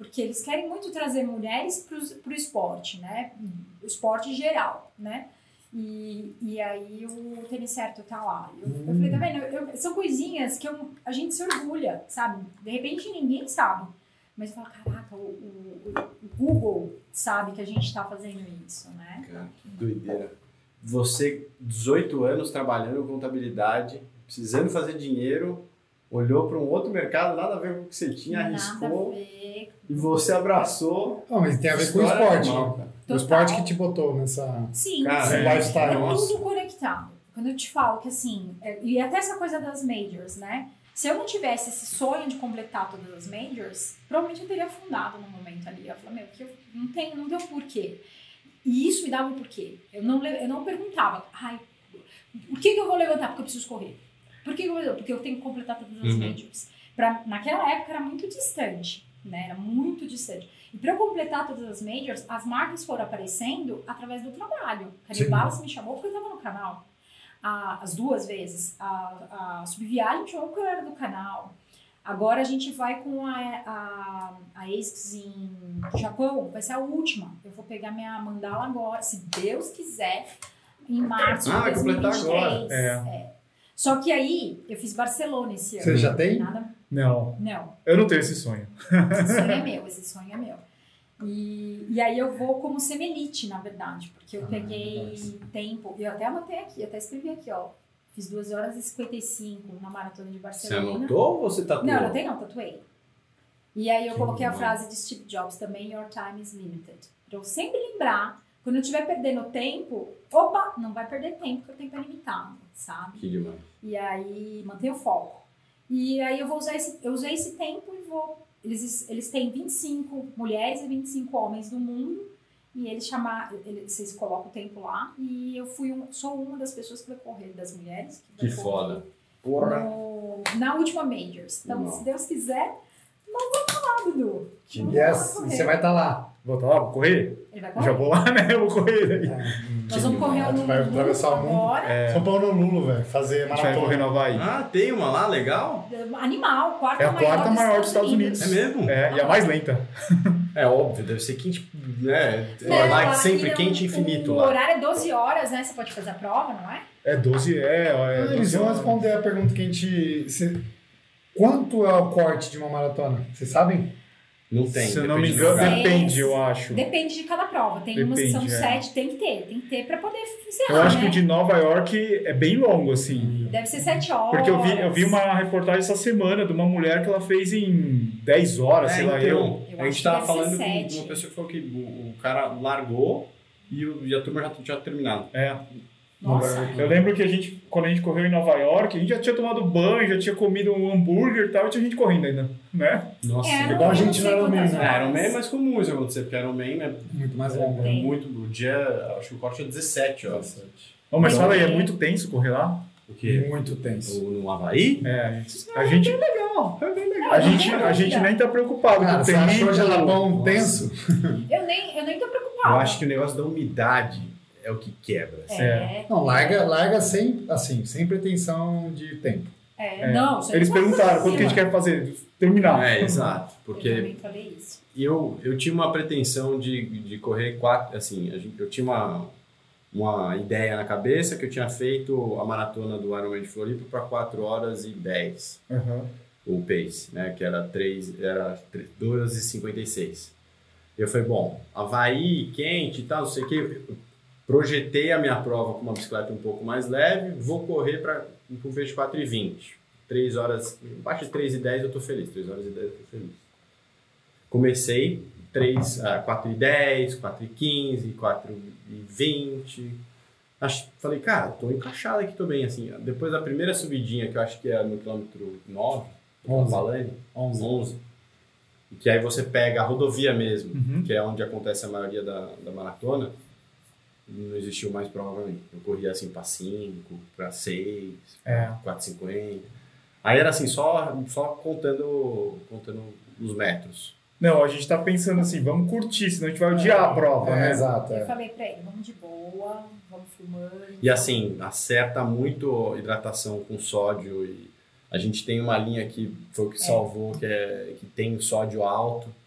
porque eles querem muito trazer mulheres para o esporte, né? O esporte geral, né? E, e aí o Tênis Certo tá lá. Eu, eu falei, tá vendo? Eu, eu, são coisinhas que eu, a gente se orgulha, sabe? De repente ninguém sabe. Mas eu falo, caraca, o, o, o Google sabe que a gente tá fazendo isso, né? Cara, que doideira. Você, dezoito anos trabalhando com contabilidade, precisando fazer dinheiro, olhou para um outro mercado, nada a ver com o que você tinha, Nada arriscou, a ver. e você abraçou. Não, mas tem a ver com o História esporte. normal, cara. O esporte que te botou nessa... Sim, Cara, sim. é, lifestyle. É Nossa. tudo conectado. Quando eu te falo que assim, é, e até essa coisa das majors, né? Se eu não tivesse esse sonho de completar todas as majors, provavelmente eu teria afundado no momento ali. Eu falei, meu, porque eu não tenho, não deu porquê. E isso me dava um porquê. Eu não, eu não perguntava, ai, por que, que eu vou levantar? Porque eu preciso correr. Por que, que eu vou Porque eu tenho que completar todas as Uhum. majors. Pra, naquela época era muito distante, né? Era muito distante. E para eu completar todas as majors, as marcas foram aparecendo através do trabalho. A Sim. Balas me chamou porque eu estava no canal. A, as duas vezes. A, a Subviagem me chamou porque eu era do canal. Agora a gente vai com a, a, a ASICS em Japão. Vai ser a última. Eu vou pegar minha mandala agora, se Deus quiser, em março Ah, vai de dois mil e completar vinte e três. agora. É. É. Só que aí, eu fiz Barcelona esse ano. Você já tem? Nada, Não, não. eu não tenho esse sonho. Esse sonho é meu, esse sonho é meu. E, e aí eu vou como semi-elite, na verdade, porque eu Ah, peguei nossa. tempo, eu até anotei aqui, até escrevi aqui, ó. Fiz duas horas e cinquenta e cinco na maratona de Você Barcelona. anotou ou você tatuou? Não, não tem não, tatuei. E aí eu Que coloquei a bom. frase de Steve Jobs também, your time is limited. Pra eu sempre lembrar, quando eu estiver perdendo tempo, opa, não vai perder tempo, porque o tempo é limitado, sabe? Que demais. E aí, mantenha o foco. E aí eu vou usar esse, eu usei esse tempo e vou... Eles, eles têm vinte e cinco mulheres e vinte e cinco homens do mundo. E eles chamar, eles, vocês colocam o tempo lá. E eu fui um, sou uma das pessoas que vai correr das mulheres. Que vai correr foda. Porra. no- na última Majors. Então, Não. se Deus quiser, não vou falar, Dudu. Que Não Yes, vou e você correr. vai estar lá. Vou tá lá, vou correr? Ele vai Já correr. vou lá, né? Eu vou correr daí. Nós vamos correr um Vai atravessar o mundo. agora. São Paulo Lulo, velho. Fazer A gente vai correr maratona. no Havaí. Ah, tem uma lá, legal? Animal, quarta É a quarta maior dos Estados Unidos. É mesmo? É, e a mais lenta. É óbvio, deve ser quente, né? Não, lá lá sempre vira quente um- infinito O lá. horário é doze horas, né? Você pode fazer a prova, não é? É doze, é, ó, é Ah, eles doze vão horas. responder a pergunta que a gente... se- Quanto é o corte de uma maratona? Vocês sabem? Não tem. Se eu não me depende do engano, lugar. Sei. depende, eu acho. Depende de cada prova. Tem umas que são Depende, é. sete, tem que ter, tem que ter pra poder encerrar, Eu acho né? que o de Nova York é bem longo, assim. Deve ser sete horas. Porque eu vi, eu vi uma reportagem essa semana de uma mulher que ela fez em dez horas, É, sei lá, eu. então, Eu a acho gente que tava deve ser falando com sete. uma pessoa que falou que o, o cara largou e, o, e a turma já tinha terminado. É. Nossa. Eu lembro que a gente, quando a gente correu em Nova York, a gente já tinha tomado banho, já tinha comido um hambúrguer e tal, e tinha gente correndo ainda, né? Nossa, É, igual não, a gente eu não sei no Ironman, quantas né? É, horas. Ironman é mais comum isso acontecer, porque Ironman é, Muito mais é, longo. é Tem. muito. O dia, acho que o corte é dezessete horas. Oh, mas Então, fala aí, é é- muito tenso correr lá? O quê? Muito tenso. O, no Havaí? É, a gente. A gente, Legal, é bem legal. a gente, não, a gente não. nem tá preocupado Cara, com o você tempo. achou Jalapão Nossa. tenso? Eu nem, eu nem tô preocupada. Eu acho que o negócio da umidade é o que quebra. assim. É, Não, larga, larga sem, assim, sem pretensão de tempo. é, É. não. você Eles não pode perguntaram fazer quanto que a gente assim, quer fazer? Terminar. É, exato. Eu Porque também falei isso. eu, eu tinha uma pretensão de, de correr quatro, assim, a gente, eu tinha uma, uma ideia na cabeça que eu tinha feito a maratona do Ironman de Floripa para quatro horas e dez, Aham. o pace, né, que era, três, era duas e cinquenta e seis. Eu falei, bom, Havaí, quente e tal, não sei o que, eu projetei a minha prova com uma bicicleta um pouco mais leve, vou correr para um vez de quatro e vinte. três horas, abaixo de três e dez eu tô feliz, três horas e dez eu tô feliz. Comecei três, ah, quatro e dez, quatro e quinze, quatro e vinte. Acho, falei, cara, tô encaixado aqui, tô bem, assim. Depois da primeira subidinha, que eu acho que é no quilômetro nove, onze. Valane, onze. onze, que aí você pega a rodovia mesmo, Uhum. que é onde acontece a maioria da, da maratona, não existiu mais provavelmente. Eu corria assim para cinco, para seis, É. quatro e cinquenta. Aí era assim, só, só contando, contando os metros. Não, a gente tá pensando assim, vamos curtir, senão a gente vai odiar a prova, É, né? exato. Eu É. falei pra ele, vamos de boa, vamos fumando. E assim, acerta muito hidratação com sódio. E a gente tem uma linha que foi o que salvou, que, é, que tem sódio alto.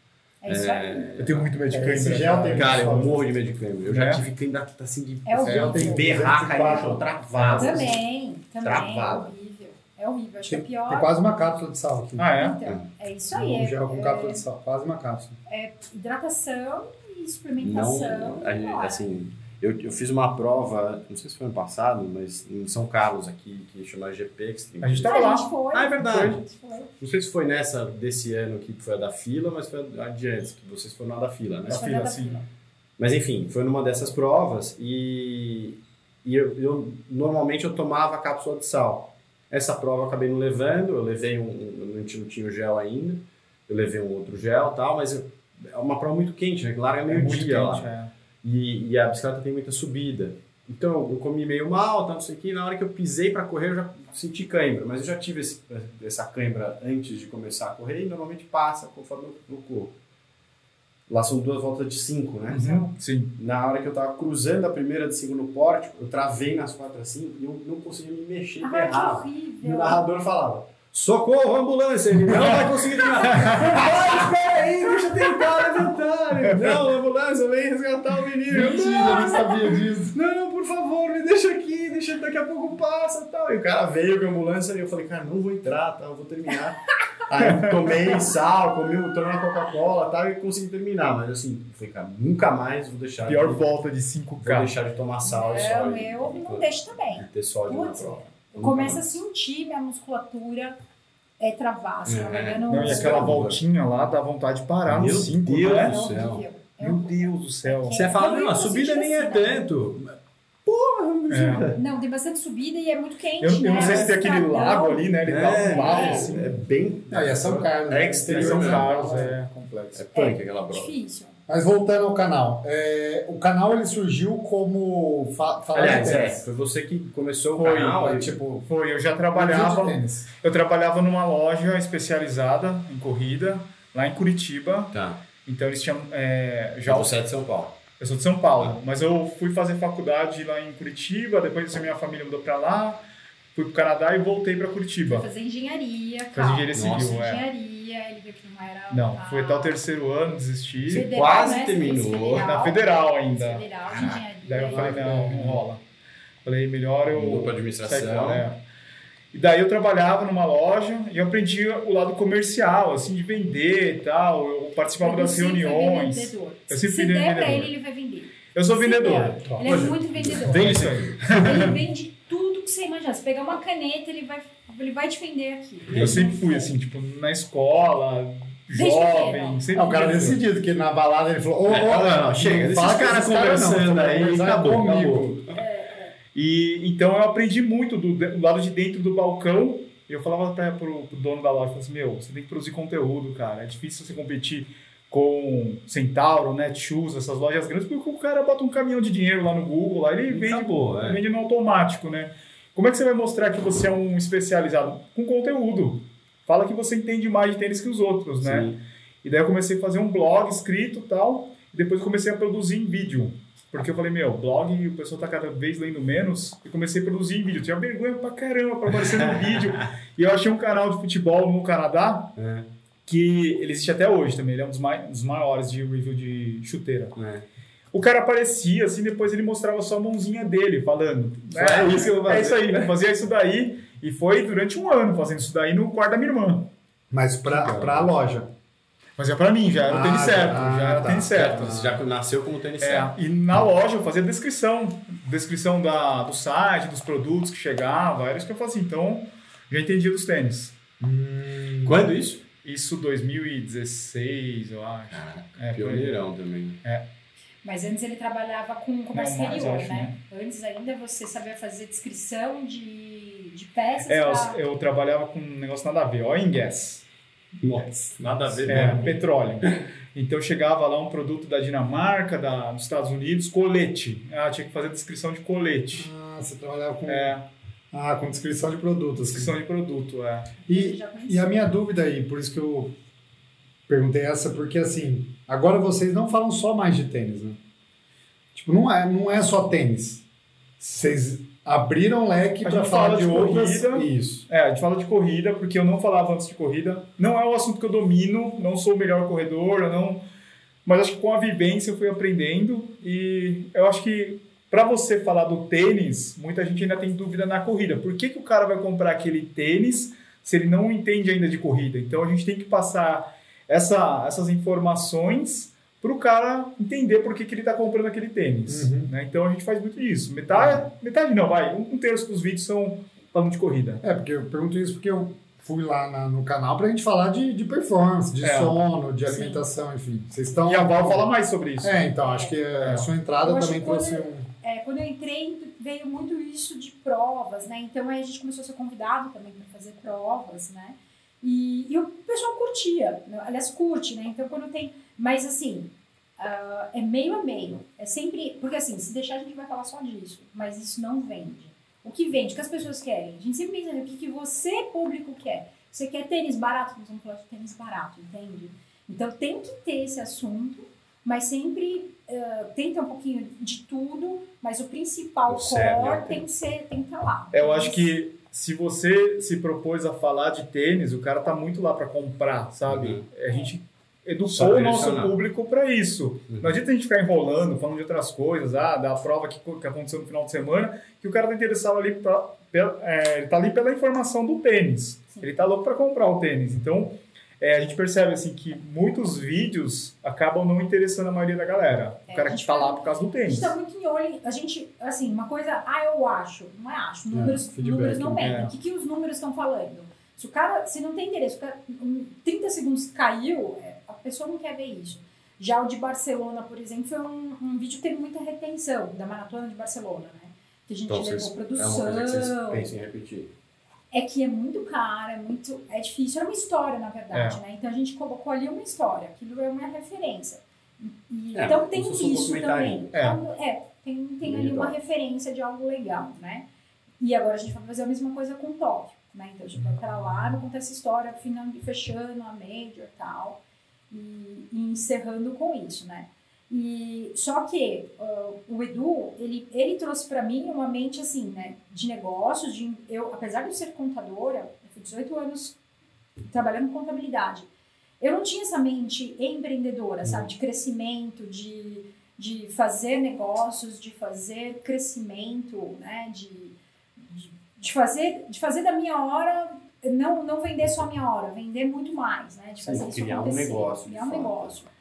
É isso aí. Eu tenho muito medo de É, esse cãibra. gel cara. tem- Cara, eu morro de medo de câimbra. Eu já É? tive cãibra assim de É horrível. de berrar, cair no chão travado. Também, também. Travado. É horrível. É horrível. Acho Tem, que é pior. tem quase uma cápsula de sal aqui. Ah, é? Então, é isso aí. Um É, gel com é cápsula de sal, quase uma cápsula. hidratação e Não, suplementação. a gente, Bora. assim, eu, eu fiz uma prova, não sei se foi ano passado, mas em São Carlos aqui, que chama G P Extreme. A gente Ah, tava lá. a gente foi. Ah, é verdade. A gente foi. Não sei se foi nessa desse ano que foi a da fila, mas foi a de antes, que vocês foram na da fila, né? Da Foi fila, da sim. fila. Mas enfim, foi numa dessas provas e, e eu, eu- normalmente eu tomava cápsula de sal. Essa prova eu acabei não levando, eu levei um, um- não tinha não tinha o gel ainda, eu levei um outro gel e tal, mas eu- é uma prova muito quente, né? Que larga É muito meio-dia lá. quente, é. E, e a bicicleta tem muita subida. Então eu comi meio mal, tá, não sei o que, na hora que eu pisei para correr eu já senti cãibra, mas eu já tive esse- essa cãibra antes de começar a correr e normalmente passa conforme eu corro. Lá são duas voltas de cinco, né? Uhum, sim. Na hora que eu tava cruzando a primeira de cinco no pórtico, eu travei nas quatro assim e eu não conseguia me mexer, Ai, que berrava. E o horrível. narrador falava: socorro, ambulância! Ele não vai conseguir terminar. Vai, espera aí, deixa eu tentar levantar. Ele, não, ambulância, vem resgatar o menino. Eu, Mentira, eu não, não sabia disso. não, por favor, me deixa aqui, deixa, daqui a pouco passa e tal. E o cara veio com a ambulância e eu falei: cara, não vou entrar, tá, eu vou terminar. Aí tomei sal, comi, tomei uma Coca-Cola e tal, e consegui terminar. Mas assim, eu falei, cara, nunca mais vou deixar Pior de, volta de cinco vou K. deixar de tomar sal e sódio. Não, eu não deixo também. De ter sódio na Putz, prova. eu começo a sentir minha musculatura é travar, se não me É. engano. Não, e aquela voltinha lá dá vontade de parar no Meu cinco, Deus né? É do céu. horrível. É Meu horrível. Deus do céu. Você fala, não, a Eu subida senti nem é assim, né? tanto. É. Não, tem bastante subida e é muito quente, Eu, eu né? não sei se tem aquele Estradão. lago ali, né? Ele dá um lado, é, assim. é bem. Ah, e é São Carlos, né? É exterior, São né? Carlos, é complexo. É punk aquela prova. Difícil. Mas voltando ao canal. é, o canal ele surgiu como fa falar Aliás, de é, tênis. foi você que começou o Foi, canal. É, e- tipo, Foi, eu já review trabalhava, de tênis. eu trabalhava numa loja especializada em corrida, lá em Curitiba. Tá. Então eles tinham é, já Já os você é de São Paulo. Eu sou de São Paulo, mas eu fui fazer faculdade lá em Curitiba, depois a minha família mudou pra lá, fui pro Canadá e voltei pra Curitiba. Fazer engenharia, Fazer calma. engenharia civil, Nossa, é. Engenharia, ele viu que não era... Não, a- foi até o terceiro ano, desisti. Federal, quase né? Você fez terminou. federal, Na federal fez ainda. Federal de engenharia. Daí eu falei, Ah, não, não rola. Falei, melhor eu... Mudou pra sair administração. fora, é. E daí eu trabalhava numa loja e eu aprendi o lado comercial, assim, de vender e tal. Eu participava Ele das sempre foi reuniões. vendedor. Eu sempre Se fui der pra vendedor. ele, ele vai vender. Eu sou Se vendedor. der. Ele é Hoje, muito vendedor. vende isso aí. Ele vende tudo que você imagina. Se pegar uma caneta, ele vai, ele vai te vender aqui. Eu sempre fui, assim, tipo, na escola, Desde jovem, pequeno. sempre Ah, o cara fui vendedor. decidido, que na balada ele falou: Ô, ô, É, não, não, chega, fala esses com caras esses caras não, conversando você vai aí, conversar acabou, comigo. E então eu aprendi muito do, do lado de dentro do balcão. E eu falava para pro, pro dono da loja, falava assim, meu, você tem que produzir conteúdo, cara. É difícil você competir com Centauro, Netshoes, essas lojas grandes, porque o cara bota um caminhão de dinheiro lá no Google, lá ele vende, Acabou, é. vende no automático, né? Como é que você vai mostrar que você é um especializado? Com conteúdo. Fala que você entende mais de tênis que os outros, né? Sim. E daí eu comecei a fazer um blog escrito e tal, e depois eu comecei a produzir em vídeo. Porque eu falei, meu, blog, o pessoal tá cada vez lendo menos, e comecei a produzir em vídeo. Eu tinha vergonha pra caramba pra aparecer no vídeo. E eu achei um canal de futebol no Canadá, É, que ele existe até hoje também, ele é um dos, mai- dos maiores de review de chuteira. é. O cara aparecia, assim, depois ele mostrava só a mãozinha dele, falando. É isso que eu vou É fazer. isso aí, fazia isso daí, e foi durante um ano fazendo isso daí no quarto da minha irmã. Mas pra, pra loja. Fazia pra mim, já era o Ah, tênis certo, ah, já era tá. tênis certo. Você já nasceu como tênis certo. É, e na loja eu fazia descrição, descrição da, do site, dos produtos que chegava, era isso que eu fazia, então já entendia dos tênis. Quando isso? Isso dois mil e dezesseis, eu acho. Caraca, É, pioneirão também. Mas antes ele trabalhava com comércio Não, mais, exterior, acho, né? Antes ainda você sabia fazer descrição de, de peças É, pra... eu, eu trabalhava com um negócio nada a ver, oil and gas, Nossa, nada a ver é, mesmo. petróleo. Então chegava lá um produto da Dinamarca, da, dos Estados Unidos, colete. Ah, tinha que fazer descrição de colete. Ah, você trabalhava com, É, ah, com descrição de produtos. assim. descrição de produto, é. E, Já conheci. e a minha dúvida aí, por isso que eu perguntei essa, porque assim, agora vocês não falam só mais de tênis, né? Tipo, não é, não é só tênis. Vocês abriram leque A para gente falar fala de de outras. corrida. Isso. É, a gente fala de corrida porque eu não falava antes de corrida. Não é o assunto que eu domino, não sou o melhor corredor, eu não, Mas acho que com a vivência eu fui aprendendo e eu acho que para você falar do tênis, muita gente ainda tem dúvida na corrida. Por que, que o cara vai comprar aquele tênis se ele não entende ainda de corrida? Então a gente tem que passar essa, essas informações para o cara entender por que, que ele está comprando aquele tênis. Uhum. Né? Então a gente faz muito isso. Metade, metade não, vai. Um, um terço dos vídeos são falando de corrida. É, porque eu pergunto isso porque eu fui lá na, no canal pra gente falar de, de performance, de É. sono, de Sim. alimentação, enfim. Vocês estão... E a Val fala mais sobre isso. É, então, acho que É. a sua entrada Eu acho também que quando- trouxe um... É, quando eu entrei, veio muito isso de provas, né? Então aí a gente começou a ser convidado também para fazer provas, né? E, e o pessoal curtia, né? Aliás, curte, né? Então quando tem. Mas assim, uh, é meio a meio. É sempre. Porque assim, se deixar a gente vai falar só disso, mas isso não vende. O que vende, o que as pessoas querem? A gente sempre pensa o que, que você, público, quer. Você quer tênis barato? Nós vamos falar de tênis barato, entende? Então tem que ter esse assunto, mas sempre uh, tem que ter um pouquinho de tudo, mas o principal O cerne, core né? tem que ser, tem que estar lá. Eu acho que se você se propôs a falar de tênis, o cara tá muito lá para comprar, sabe? Uhum. A gente Só educou o nosso direcionar. público para isso. Uhum. Não adianta a gente ficar enrolando, falando de outras coisas, ah, da prova que, que aconteceu no final de semana, que o cara tá interessado ali, pra, pela, é, ele tá ali pela informação do tênis. Sim. Ele tá louco para comprar o tênis. Então, é, a gente percebe assim que muitos vídeos acabam não interessando a maioria da galera. É, o cara a que gente tá fala- lá por causa do A tênis. gente tá muito em olho, a gente, assim, uma coisa, ah, eu acho, não é acho, números, feedback, números não né? mentem. O que, que os números estão falando? Se o cara, se não tem interesse, o cara, em trinta segundos caiu, é, a pessoa não quer ver isso. Já o de Barcelona, por exemplo, foi um, um vídeo que teve muita retenção, da Maratona de Barcelona, né? Que a gente Então, levou vocês, é produção. uma coisa que vocês pensam em repetir. É que é muito caro, é muito. É difícil, é uma história, na verdade, É. né? Então a gente colocou ali uma história, aquilo é uma referência. E- É, então tem como se fosse um isso também. documentário. É. Então, é, tem, tem ali uma Legal. referência de algo legal, né? E agora a gente vai fazer a mesma coisa com Tóquio, né? Então a gente vai para lá, vai contar essa história, final, fechando a Major e tal, e, e encerrando com isso, né? E, só que uh, o Edu, ele, ele trouxe para mim uma mente assim, né, de negócios, de, eu, apesar de eu ser contadora, eu fui dezoito anos trabalhando com contabilidade, eu não tinha essa mente empreendedora, sabe, de crescimento, de, de fazer negócios, de fazer crescimento, né, de, de, de, fazer, de fazer da minha hora, não, não vender só a minha hora, vender muito mais, né, de Sim, fazer isso criar um acontecer, negócio, de criar um fato. negócio.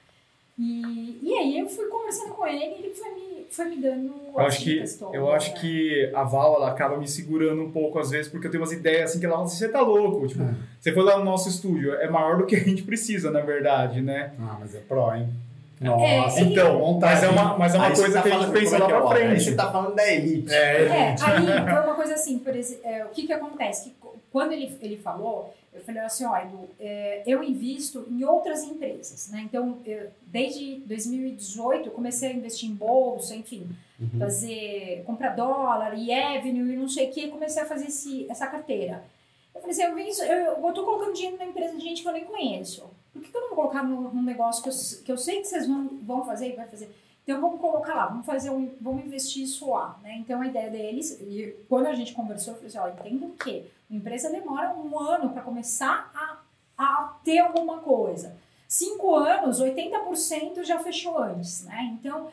E, e aí eu fui conversando com ele e ele foi me, foi me dando Eu as acho que, dicas todas, eu acho né? que a Val, ela acaba me segurando um pouco às vezes, porque eu tenho umas ideias assim que ela fala assim, você tá louco, tipo, É. você foi lá no nosso estúdio, é maior do que a gente precisa, na verdade, né? Ah, mas é pró, hein? Nossa, Então, vontade. mas é uma, mas é uma Aí você coisa tá que a gente falando- pensa como lá é que é pra o óbvio? Aí frente. você tá falando da elite. É, É, aí foi uma coisa assim, por exemplo, é, o que que acontece? Que co- quando ele, ele falou, eu falei assim, ó, Edu, é, eu invisto em outras empresas, né? Então, eu, desde dois mil e dezoito, eu comecei a investir em bolsa, enfim, Uhum. fazer, comprar dólar e Avenue e não sei o que, comecei a fazer esse, essa carteira. Eu falei assim, eu, venho, eu, eu tô colocando dinheiro na empresa de gente que eu nem conheço. Por que, que eu não vou colocar num, num negócio que eu, que eu sei que vocês vão, vão fazer e vai fazer? Então vamos colocar lá, vamos fazer um, vamos investir isso lá, né? Então a ideia deles, e quando a gente conversou, eu falei assim, ó, entendam que a empresa demora um ano para começar a, a ter alguma coisa. Cinco anos, oitenta por cento já fechou antes, né? Então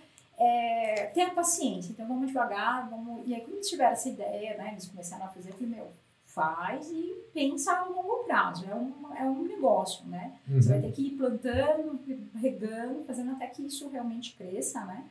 é, tenha paciência, então vamos devagar, vamos... E aí quando eles tiveram essa ideia, né? Eles começaram a fazer, eu falei, meu, faz e pensa a longo prazo, é um, é um negócio, né? Você vai ter que ir plantando, regando, fazendo até que isso realmente cresça, né?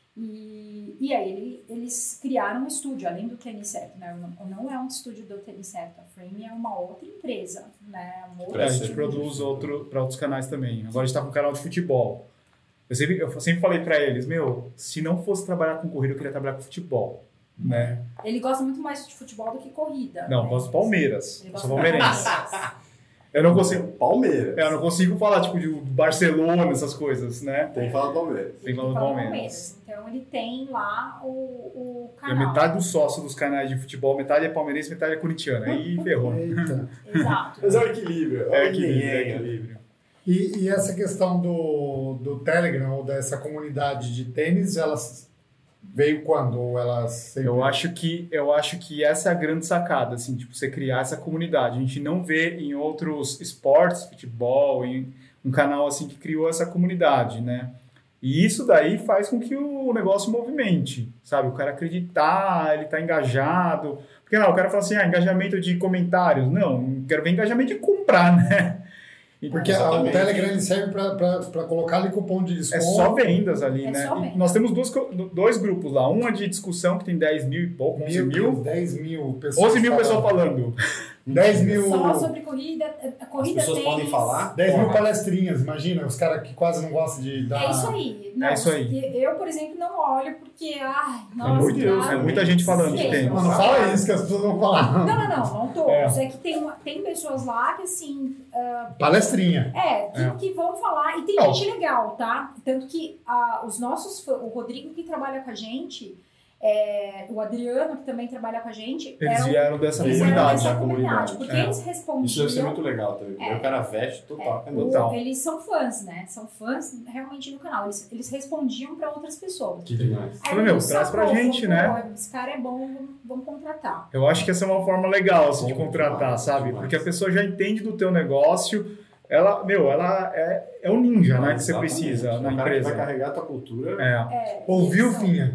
E, e aí ele, eles criaram um estúdio, além do Tênis Certo, né? Não, não é um estúdio do Tênis Certo, a Frame é uma outra empresa, né? Um outro É, a gente estúdio. produz outro para outros canais também. Agora a gente tá com um canal de futebol. Eu sempre, eu sempre falei para eles, meu, se não fosse trabalhar com corrida, eu queria trabalhar com futebol, né? Ele gosta muito mais de futebol do que corrida. Não, né? gosto do Palmeiras. Ele Eu gosta sou do palmeirense. Palmeiras. Eu não consigo, Palmeiras. eu não consigo falar tipo de Barcelona, essas coisas, né? Tem que falar do Palmeiras. Tem que falar do Fala Palmeiras. Então ele tem lá o, o E a canal. metade do sócio dos canais de futebol, metade é palmeirense, metade é corintiano. Aí ferrou. Eita. Exato. Mas é o equilíbrio. É o equilíbrio, é yin-yang. equilíbrio. E, e essa questão do, do Telegram, ou dessa comunidade de tênis, ela veio quando? Ou ela sempre... Eu acho que eu acho que essa é a grande sacada, assim, tipo, você criar essa comunidade. A gente não vê em outros esportes, futebol, em um canal assim que criou essa comunidade, né? E isso daí faz com que o negócio movimente, sabe? O cara acreditar, ele tá engajado. Porque não, o cara fala assim, ah, engajamento de comentários. Não, quero ver engajamento de comprar, né? Porque a, o Telegram ele serve para colocar ali cupom de desconto. É só vendas ali, é né? Só vendas. Nós temos dois, dois grupos lá. Um é de discussão, que tem dez mil e pouco, onze mil. dez mil pessoas. onze mil pessoas falando. dez mil. Só sobre corrida. A corrida As pessoas tênis. podem falar? dez mil palestrinhas, imagina, os caras que quase não gostam de dar. É isso aí. Não, É isso aí. Eu, por exemplo, não olho porque, ai, nossa. Meu Deus, cara, é muita gente falando de sei. tênis. Não, não fala isso que as pessoas vão falar. Não, não, não, não todos. É. É, que tem, uma, tem pessoas lá que, assim, Palestrinha. é, que, É. que vão falar. E tem Não. gente legal, tá? Tanto que ah, os nossos fãs, o Rodrigo que trabalha com a gente, é, o Adriano que também trabalha com a gente, Eles eram- vieram dessa eles eram comunidade. dessa da comunidade. comunidade. Porque É. eles respondiam. Isso deve ser muito legal também. É. O cara veste total. É, né? Total. o- eles são fãs, né? São fãs realmente do canal. Eles, eles respondiam pra outras pessoas. Que demais. Aí Falei, meu, eles traz pra sacou, gente, falou, né? "Pô, esse cara é bom, vamos, vamos contratar." Eu acho que essa é uma forma legal assim, de Bom contratar, demais, sabe? demais. Porque a pessoa já entende do teu negócio. Ela, meu, ela é, é o ninja, né? Que você Exatamente. precisa O na cara empresa. vai carregar a tua cultura. É. É, Ouviu, eles são- Finha?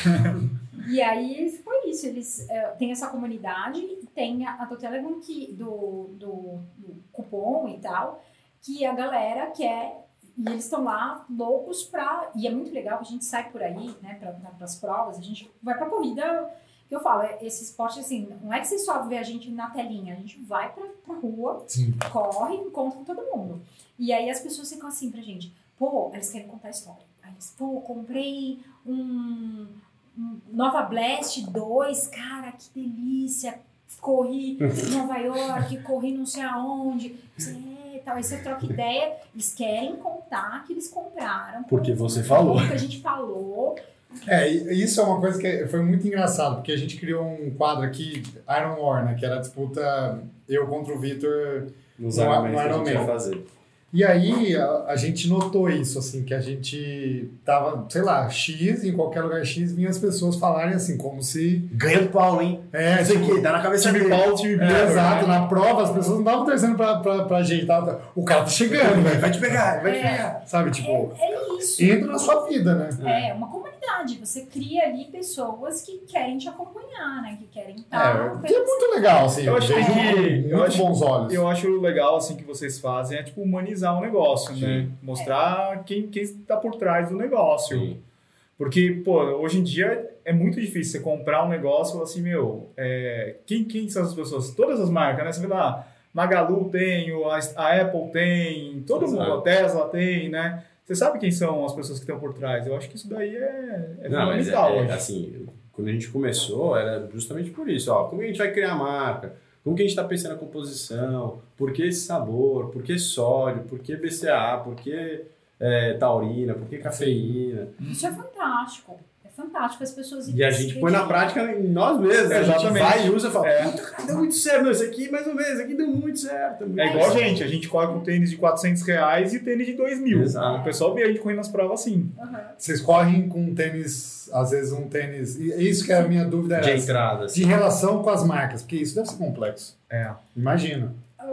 E aí foi isso, eles é, têm essa comunidade, tem a, a do Telegram que, do, do, do cupom e tal, que a galera quer, e eles estão lá loucos pra, e é muito legal que a gente sai por aí, né, pra, pra, pras provas, a gente vai pra corrida, que eu falo, é, esse esporte assim, não é que você só vê a gente na telinha, a gente vai pra, pra rua, Sim. corre, encontra com todo mundo. E aí as pessoas ficam assim pra gente, pô, eles querem contar a história. Aí eles, pô, comprei um, um Nova Blast dois, cara, que delícia. Corri em Nova York, corri não sei aonde. É, tal. Aí você troca ideia, eles querem contar que eles compraram. Porque você falou. Porque a gente falou. É, e isso é uma coisa que foi muito engraçado, porque a gente criou um quadro aqui, Iron War, né, que era a disputa eu contra o Vitor. Nos No- argumentos no que a Iron gente ia Man. fazer. E aí a, a gente notou isso, assim, que a gente tava, sei lá, X, em qualquer lugar X, vinha as pessoas falarem assim, como se... Ganha do Paulo, hein? É, Não sei o tipo, que, dá na cabeça Time dele. Paulo, time é, Vitor, exato, né? na prova as pessoas não estavam torcendo pra, pra, pra gente, tava, o cara tá chegando, velho, vai te pegar, vai te É. pegar, sabe, tipo, É, é isso. entra na sua vida, né? É, uma comunidade. Você cria ali pessoas que querem te acompanhar, né? Que querem É, estar. que é muito legal, assim, Eu acho vejo que- com eu muito acho- bons olhos. Eu acho legal assim que vocês fazem é tipo humanizar o negócio, né? Mostrar quem quem está por trás do negócio. Sim. Porque, pô, hoje em dia é muito difícil você comprar um negócio e falar assim, meu, é, quem, quem são as pessoas? Todas as marcas, né? Você vê lá, Magalu tem, o- a, a Apple tem, todo Exato. mundo, a Tesla tem, né? Você sabe quem são as pessoas que estão por trás. Eu acho que isso daí é, é Não, mas fundamental. é, é, hoje. assim, quando a gente começou, era justamente por isso, ó, como que a gente vai criar a marca, como que a gente está pensando na composição, por que esse sabor, por que sódio, por que B C A A, por que é, taurina, por que cafeína, Isso é fantástico. É fantástico as pessoas. e a gente põe na prática em nós mesmos, a gente Exatamente. vai e usa e fala, É. puta, cara, deu muito certo, não, esse aqui mais ou menos, esse aqui deu muito certo. muito É igual a certo." gente, a gente corre com tênis de quatrocentos reais e tênis de dois mil. Exato. O pessoal vê a gente correndo nas provas assim. Uhum. Vocês correm com um tênis, às vezes um tênis, e isso que é a minha dúvida De era essa, entrada, assim. de relação com as marcas, porque isso deve ser complexo, É. imagina.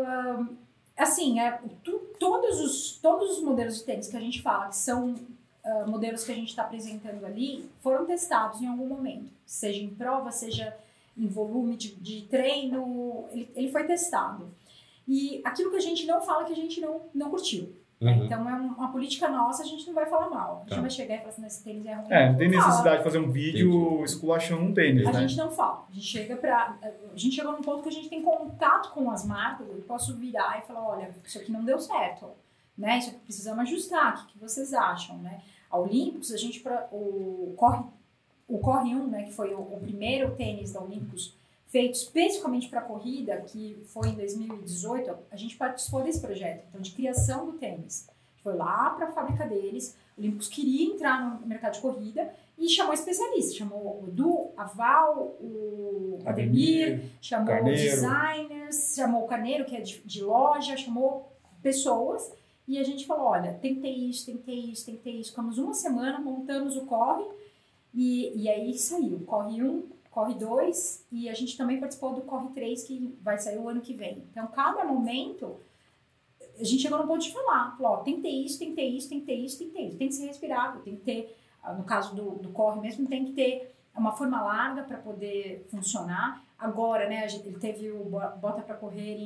Assim, é, tu- todos, os, todos os modelos de tênis que a gente fala, que são ah, modelos que a gente está apresentando ali, foram testados em algum momento. Seja em prova, seja em volume de, de treino, ele, ele foi testado. E aquilo que a gente não fala, que a gente não, não curtiu. né? Uhum. Então, é um- uma política nossa, a gente não vai falar mal. A gente Tá. não vai chegar e falar assim, esse tênis é ruim. É, não tem fala. necessidade de fazer um vídeo esculachando um tênis, A né? gente não fala. A gente chega pra. A gente chegou num ponto que a gente tem contato com as marcas. Eu posso virar e falar: olha, isso aqui não deu certo. Né? Isso aqui precisamos ajustar. O que, que vocês acham? Né? A Olímpicos, a gente. Pra, o Corre o Corre um, né, que foi o, o primeiro tênis da Olímpicos feito especificamente para corrida, que foi em dois mil e dezoito, a gente participou desse projeto, então, de criação do tênis. A gente foi lá para a fábrica deles, o Olímpicos queria entrar no mercado de corrida e chamou especialistas, chamou o Edu, a Val, o Ademir, chamou Carneiro. designers, chamou o Carneiro, que é de, de loja, chamou pessoas, e a gente falou, olha, tentei isso, tentei isso, tentei isso. Ficamos uma semana, montamos o Corre, e, e aí saiu. Corre um, Corre dois, e a gente também participou do Corre três, que vai sair o ano que vem. Então, cada momento, a gente chegou no ponto de falar, falou, ó, tem que ter isso, tem que ter isso, tem que ter isso, tem que ter isso, tem que ser respirável, tem que ter, no caso do, do corre mesmo, tem que ter uma forma larga para poder funcionar. Agora, né, ele teve o Bota para Correr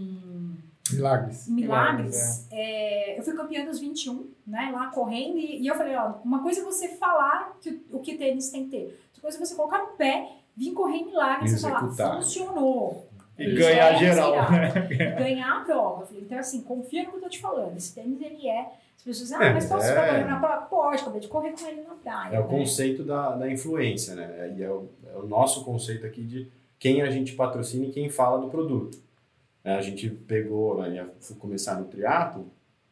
em Milagres. Em Milagres, é, eu fui campeã dos vinte e um, né, lá correndo, e, e eu falei, ó, uma coisa é você falar que, o que tênis tem que ter, outra coisa é você colocar no pé, vir correr em Milagres e falar, funcionou. E ganhar é geral, né? Ganhar a prova. Eu falei, então, assim, confia no que eu tô te falando. Esse tênis, ele é... As pessoas dizem, ah, É, mas posso é. correr na praia? Pode, acabei de correr com ele na praia. É o né? conceito da, da influência, né? E é o, é o nosso conceito aqui de quem a gente patrocina e quem fala do produto. É, a gente pegou, né, ia começar no triatlo,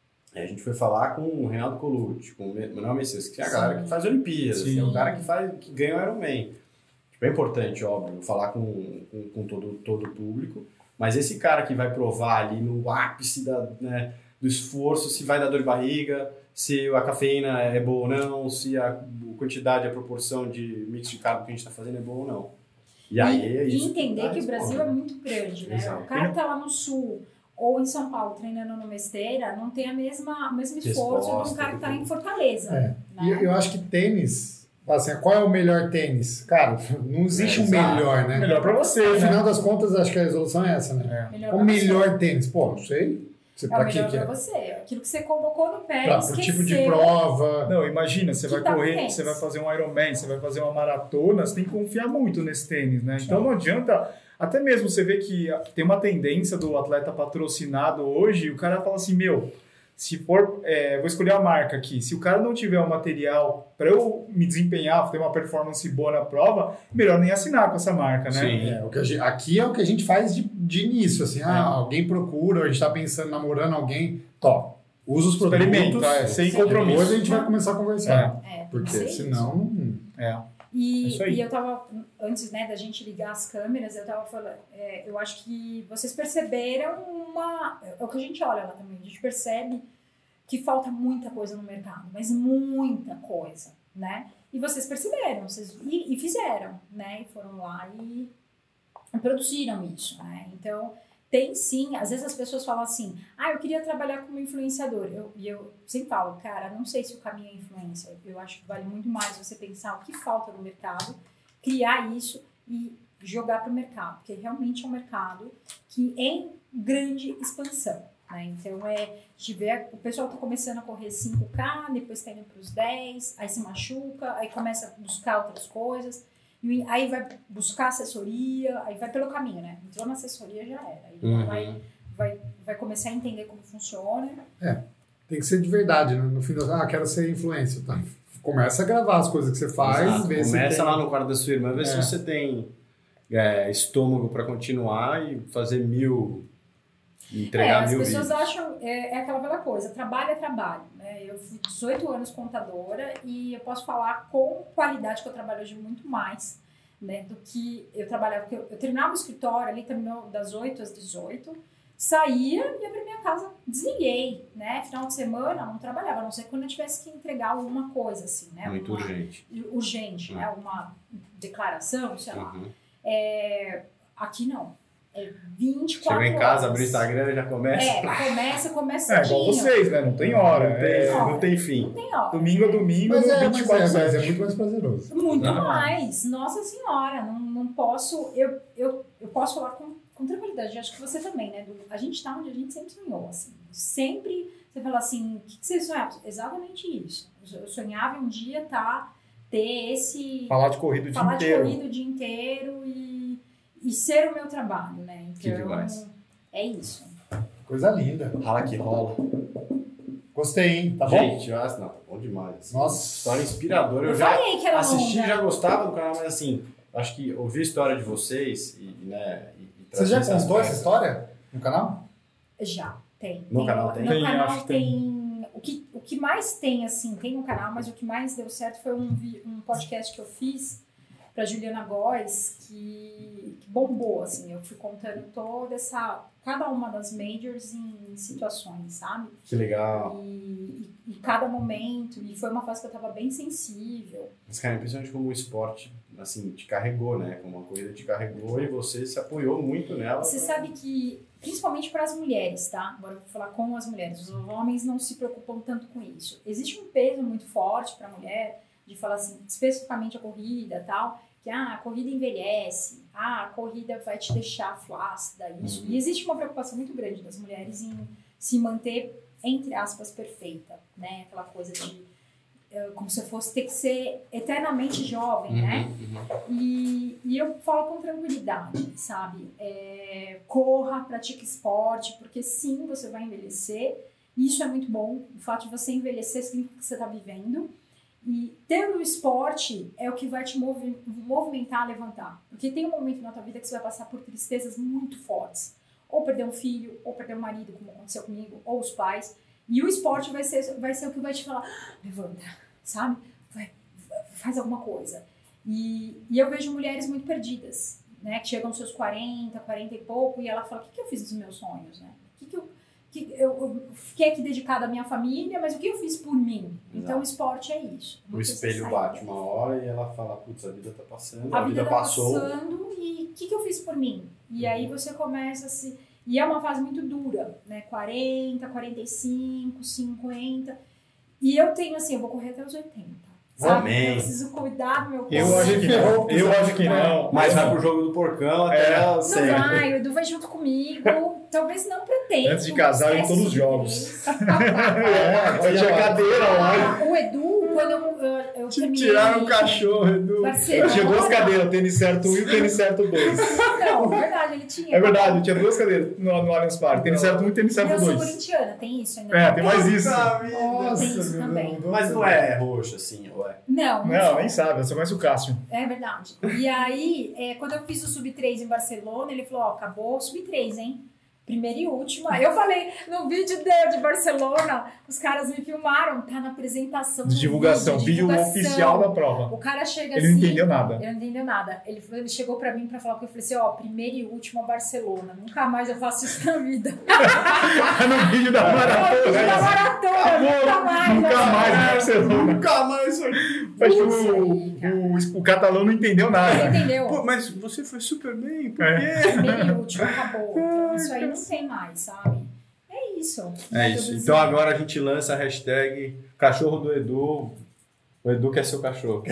a gente foi falar com o Reinaldo Colucci, com o Manuel Messias, que é a galera que faz Olimpíadas, que é o cara que, faz, que ganha o Ironman. Tipo, é importante, óbvio, falar com, com, com todo, todo o público, mas esse cara que vai provar ali no ápice da, né, do esforço, se vai dar dor de barriga, se a cafeína é boa ou não, se a quantidade, a proporção de mix de carbo que a gente está fazendo é boa ou não. E, aí, e, é isso e entender que, que o Brasil é muito grande, né? Exato. O cara que tá lá no Sul ou em São Paulo treinando numa esteira não tem a mesma, o mesmo esforço Resposta, de um cara que tá em Fortaleza. É. Né? E eu, eu acho que tênis, assim, qual é o melhor tênis? Cara, não existe É, um exato. melhor, né? Melhor pra você, No né? final das contas, acho que a resolução é essa, né? É. Melhor O pra melhor você. tênis, pô, não sei. Você, É o pra que melhor que pra é? você. Aquilo que você colocou no pé, Pra, pro esqueceu. tipo de prova. Não, imagina, você Que vai tá correr, tênis. você vai fazer um Ironman, você vai fazer uma maratona, você tem que confiar muito nesse tênis, né? Então não adianta, até mesmo você vê que tem uma tendência do atleta patrocinado hoje, o cara fala assim, meu, se for, é, vou escolher a marca aqui, se o cara não tiver o material para eu me desempenhar, ter uma performance boa na prova, melhor nem assinar com essa marca, né? Sim. É, o que a gente- aqui é o que a gente faz de, de início, assim, ah, É. alguém procura, a gente tá pensando, namorando alguém, top, usa os produtos, Experimenta, é, sem depois compromisso. a gente vai começar a conversar, É, tem que porque ser isso. senão, não- É. E, É isso aí. e eu tava, antes né, da gente ligar as câmeras, eu tava falando, é, eu acho que vocês perceberam uma. É o que a gente olha lá também, a gente percebe que falta muita coisa no mercado, mas muita coisa, né? E vocês perceberam, vocês, e, e fizeram, né? E foram lá e, e produziram isso, né? Então, tem sim, às vezes as pessoas falam assim, ah, eu queria trabalhar como influenciador. Eu, e eu sempre falo, cara, não sei se o caminho é influência. Eu acho que vale muito mais você pensar o que falta no mercado, criar isso e jogar para o mercado, porque realmente é um mercado que é em grande expansão. Né? Então, é, a gente vê, o pessoal está começando a correr cinco K, depois está indo para os dez, aí se machuca, aí começa a buscar outras coisas. E aí vai buscar assessoria, aí vai pelo caminho, né? Entrou na assessoria, já era. Aí Uhum. vai, vai, vai começar a entender como funciona. tem que ser de verdade, né? No fim do ah, quero ser influencer, tá? Começa a gravar as coisas que você faz, Exato. vê se Começa tem... lá no quarto da sua irmã, vê É. se você tem é, estômago para continuar e fazer mil, É, entregar as mil pessoas vídeos. acham, é, é aquela velha coisa, trabalho é trabalho. Né? Eu fui dezoito anos contadora e eu posso falar com qualidade que eu trabalho hoje muito mais, né, do que eu trabalhava. Porque eu, eu terminava o escritório ali, terminou das oito às dezoito, saía e ia pra minha casa, desliguei, né? Final de semana não trabalhava, a não ser quando eu tivesse que entregar alguma coisa, assim, né? Muito uma, urgente. urgente, Hum. né? Uma declaração, sei lá. Uhum. É, aqui não. É vinte e quatro Chega em casa, horas. abre o Instagram e já começa. É, começa, começa É igual cedinho. vocês, né? Não tem hora. Não tem, É, não tem fim. Não tem hora. domingo a domingo, Mas no é, mas, vinte e quatro é, mas é sete. muito mais prazeroso. Muito Ah. mais. Nossa Senhora, não, não posso. Eu, eu, eu posso falar com, com tranquilidade. Acho que você também, né? Du? A gente tá onde a gente sempre sonhou, assim. Sempre você fala assim: o que, que você sonhava? Exatamente isso. Eu sonhava um dia tá, ter esse. Falar de corrida o dia falar de inteiro. corrida o dia inteiro e, e ser o meu trabalho, né? Então, Que demais. é isso. Coisa linda. Rala que rola. Gostei, hein? Tá bom? Gente, eu acho, não, tá bom demais. Nossa. História inspiradora. Eu, Eu já falei que era assisti, longa. já gostava do canal, mas assim, acho que ouvir a história de vocês e, e, né, e, e Você já trazer contou essa peças- história no canal? Já, tem. No canal tem? No Tem, canal acho que tem. O que, o que mais tem, assim, tem no canal, mas o que mais deu certo foi um, vi- um podcast que eu fiz pra Juliana Góes, que, que bombou, assim. Eu fui contando toda essa. Cada uma das majors em situações, sabe? Que legal. E, e, e cada momento. E foi uma fase que eu tava bem sensível. Mas, cara, é impressionante como o esporte assim, te carregou, né? Como uma corrida te carregou e você se apoiou muito nela. Você sabe que, principalmente para as mulheres, tá? Agora eu vou falar com as mulheres. Os homens não se preocupam tanto com isso. Existe um peso muito forte para a mulher de falar assim, especificamente a corrida e tal, que ah, a corrida envelhece, ah, a corrida vai te deixar flácida, isso. Uhum. E existe uma preocupação muito grande das mulheres em se manter, entre aspas, perfeita, né? Aquela coisa de como se fosse ter que ser eternamente jovem, uhum, né? Uhum. E, e eu falo com tranquilidade, sabe? É, corra, pratique esporte, porque sim, você vai envelhecer. Isso é muito bom. O fato de você envelhecer significa que você está vivendo. E ter o esporte é o que vai te movi- movimentar, levantar. Porque tem um momento na tua vida que você vai passar por tristezas muito fortes. Ou perder um filho, ou perder um marido, como aconteceu comigo, ou os pais. E o esporte vai ser, vai ser o que vai te falar, ah, levanta, sabe? Vai, faz alguma coisa. E, e eu vejo mulheres muito perdidas, né? Que chegam aos seus quarenta, quarenta e pouco, e ela fala, o que, que eu fiz dos meus sonhos, né? O que, que eu... Que eu, eu fiquei aqui dedicada à minha família, mas o que eu fiz por mim? Exato. Então o esporte é isso. O espelho bate uma hora e ela fala, putz, a vida tá passando, a, a vida, vida tá passou. passando e o que, que eu fiz por mim? E aí você começa a se... E é uma fase muito dura, né? quarenta, quarenta e cinco, cinquenta. E eu tenho assim, eu vou correr até os oitenta. Sabe? Amém. Eu preciso cuidar do meu corpo. Eu acho que não. Eu acho que não. Mas vai pro jogo do porcão até É. o Não vai, o Edu vai junto comigo. Talvez não pretenda. Antes de casar, em todos os jogos. É, Eu tinha cadeira lá. O Edu, quando eu, eu, eu Te terminei... tiraram o cachorro, Edu. Eu tinha duas cadeiras, o tênis certo um e o tênis certo dois. Não, é verdade, ele tinha. É verdade, eu tinha duas cadeiras no, no Allianz Parque. Tênis certo um e tênis certo Eu sou dois. corintiana, tem isso ainda. É, tem mais isso. Nossa, tem isso também. Mas não é roxo assim, ou é? Não, Não, sou. nem sabe, eu só conheço o Cássio. É verdade. E aí, é, quando eu fiz o sub três em Barcelona, ele falou, ó, acabou o sub três, hein? Primeira e última. Eu falei, no vídeo de, de Barcelona, os caras me filmaram, tá na apresentação. De divulgação, vídeo, vídeo oficial da prova. O cara chega Ele assim... não entendeu nada. Ele não entendeu nada. Ele, ele chegou pra mim pra falar que eu falei assim, ó, primeira e última Barcelona. Nunca mais eu faço isso na vida. No vídeo da maratona. No vídeo da maratona, nunca mais. Nunca mais em Barcelona. Nunca mais isso aqui. Acho que o, o, o catalão não entendeu nada. Ele entendeu? Pô, mas você foi super bem, por É. quê? Primeiro e último, acabou. Então, isso aí não tem mais, sabe? É isso. É isso. Então agora a gente lança a hashtag cachorro do Edu. O Edu quer ser o cachorro.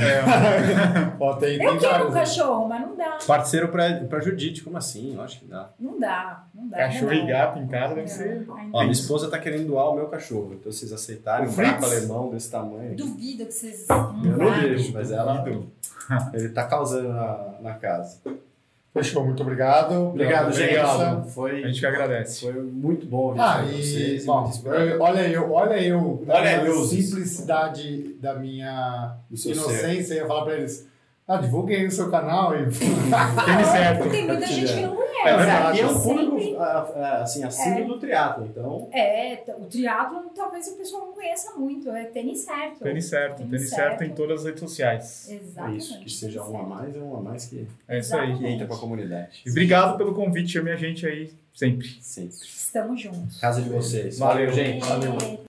É. Ó, tem, tem Eu quero vários, um né? cachorro, mas não dá. Parceiro pra, pra Judite, como assim? Eu acho que dá. Não dá, não dá. Cachorro não e dá. gato em casa deve Não, ser. ainda Ó, minha não. esposa tá querendo doar o meu cachorro. Então vocês aceitarem O um braco Fritz? alemão desse tamanho. Duvido que vocês. Eu Não não vai. deixo, mas ela. Ele tá causando na, na casa. Fechou, muito obrigado. Obrigado, gente. Obrigado. Foi, A gente que agradece. foi muito bom ouvir Ah, de e vocês. bom, muito inspirador. eu- olha eu, olha eu, na Olha minha eu. simplicidade da minha Do seu inocência, eu ia falar pra eles, ah, divulguem o seu canal e... Tênis certo. Tem muita gente que não conhece. É, mas verdade, aqui é um Sempre- público ah, ah, assim, acima É. do triatlo, então. É, t- o triatlon talvez o pessoal não conheça muito. É tênis certo. Tênis certo. Tênis Tênis certo certo. em todas as redes sociais. É Exatamente. isso, que seja um a mais, é um a mais que, É isso aí. que entra pra comunidade. E obrigado pelo convite, chame a gente aí sempre. Sempre. Estamos juntos. Casa de vocês. Valeu, gente. Valeu. É.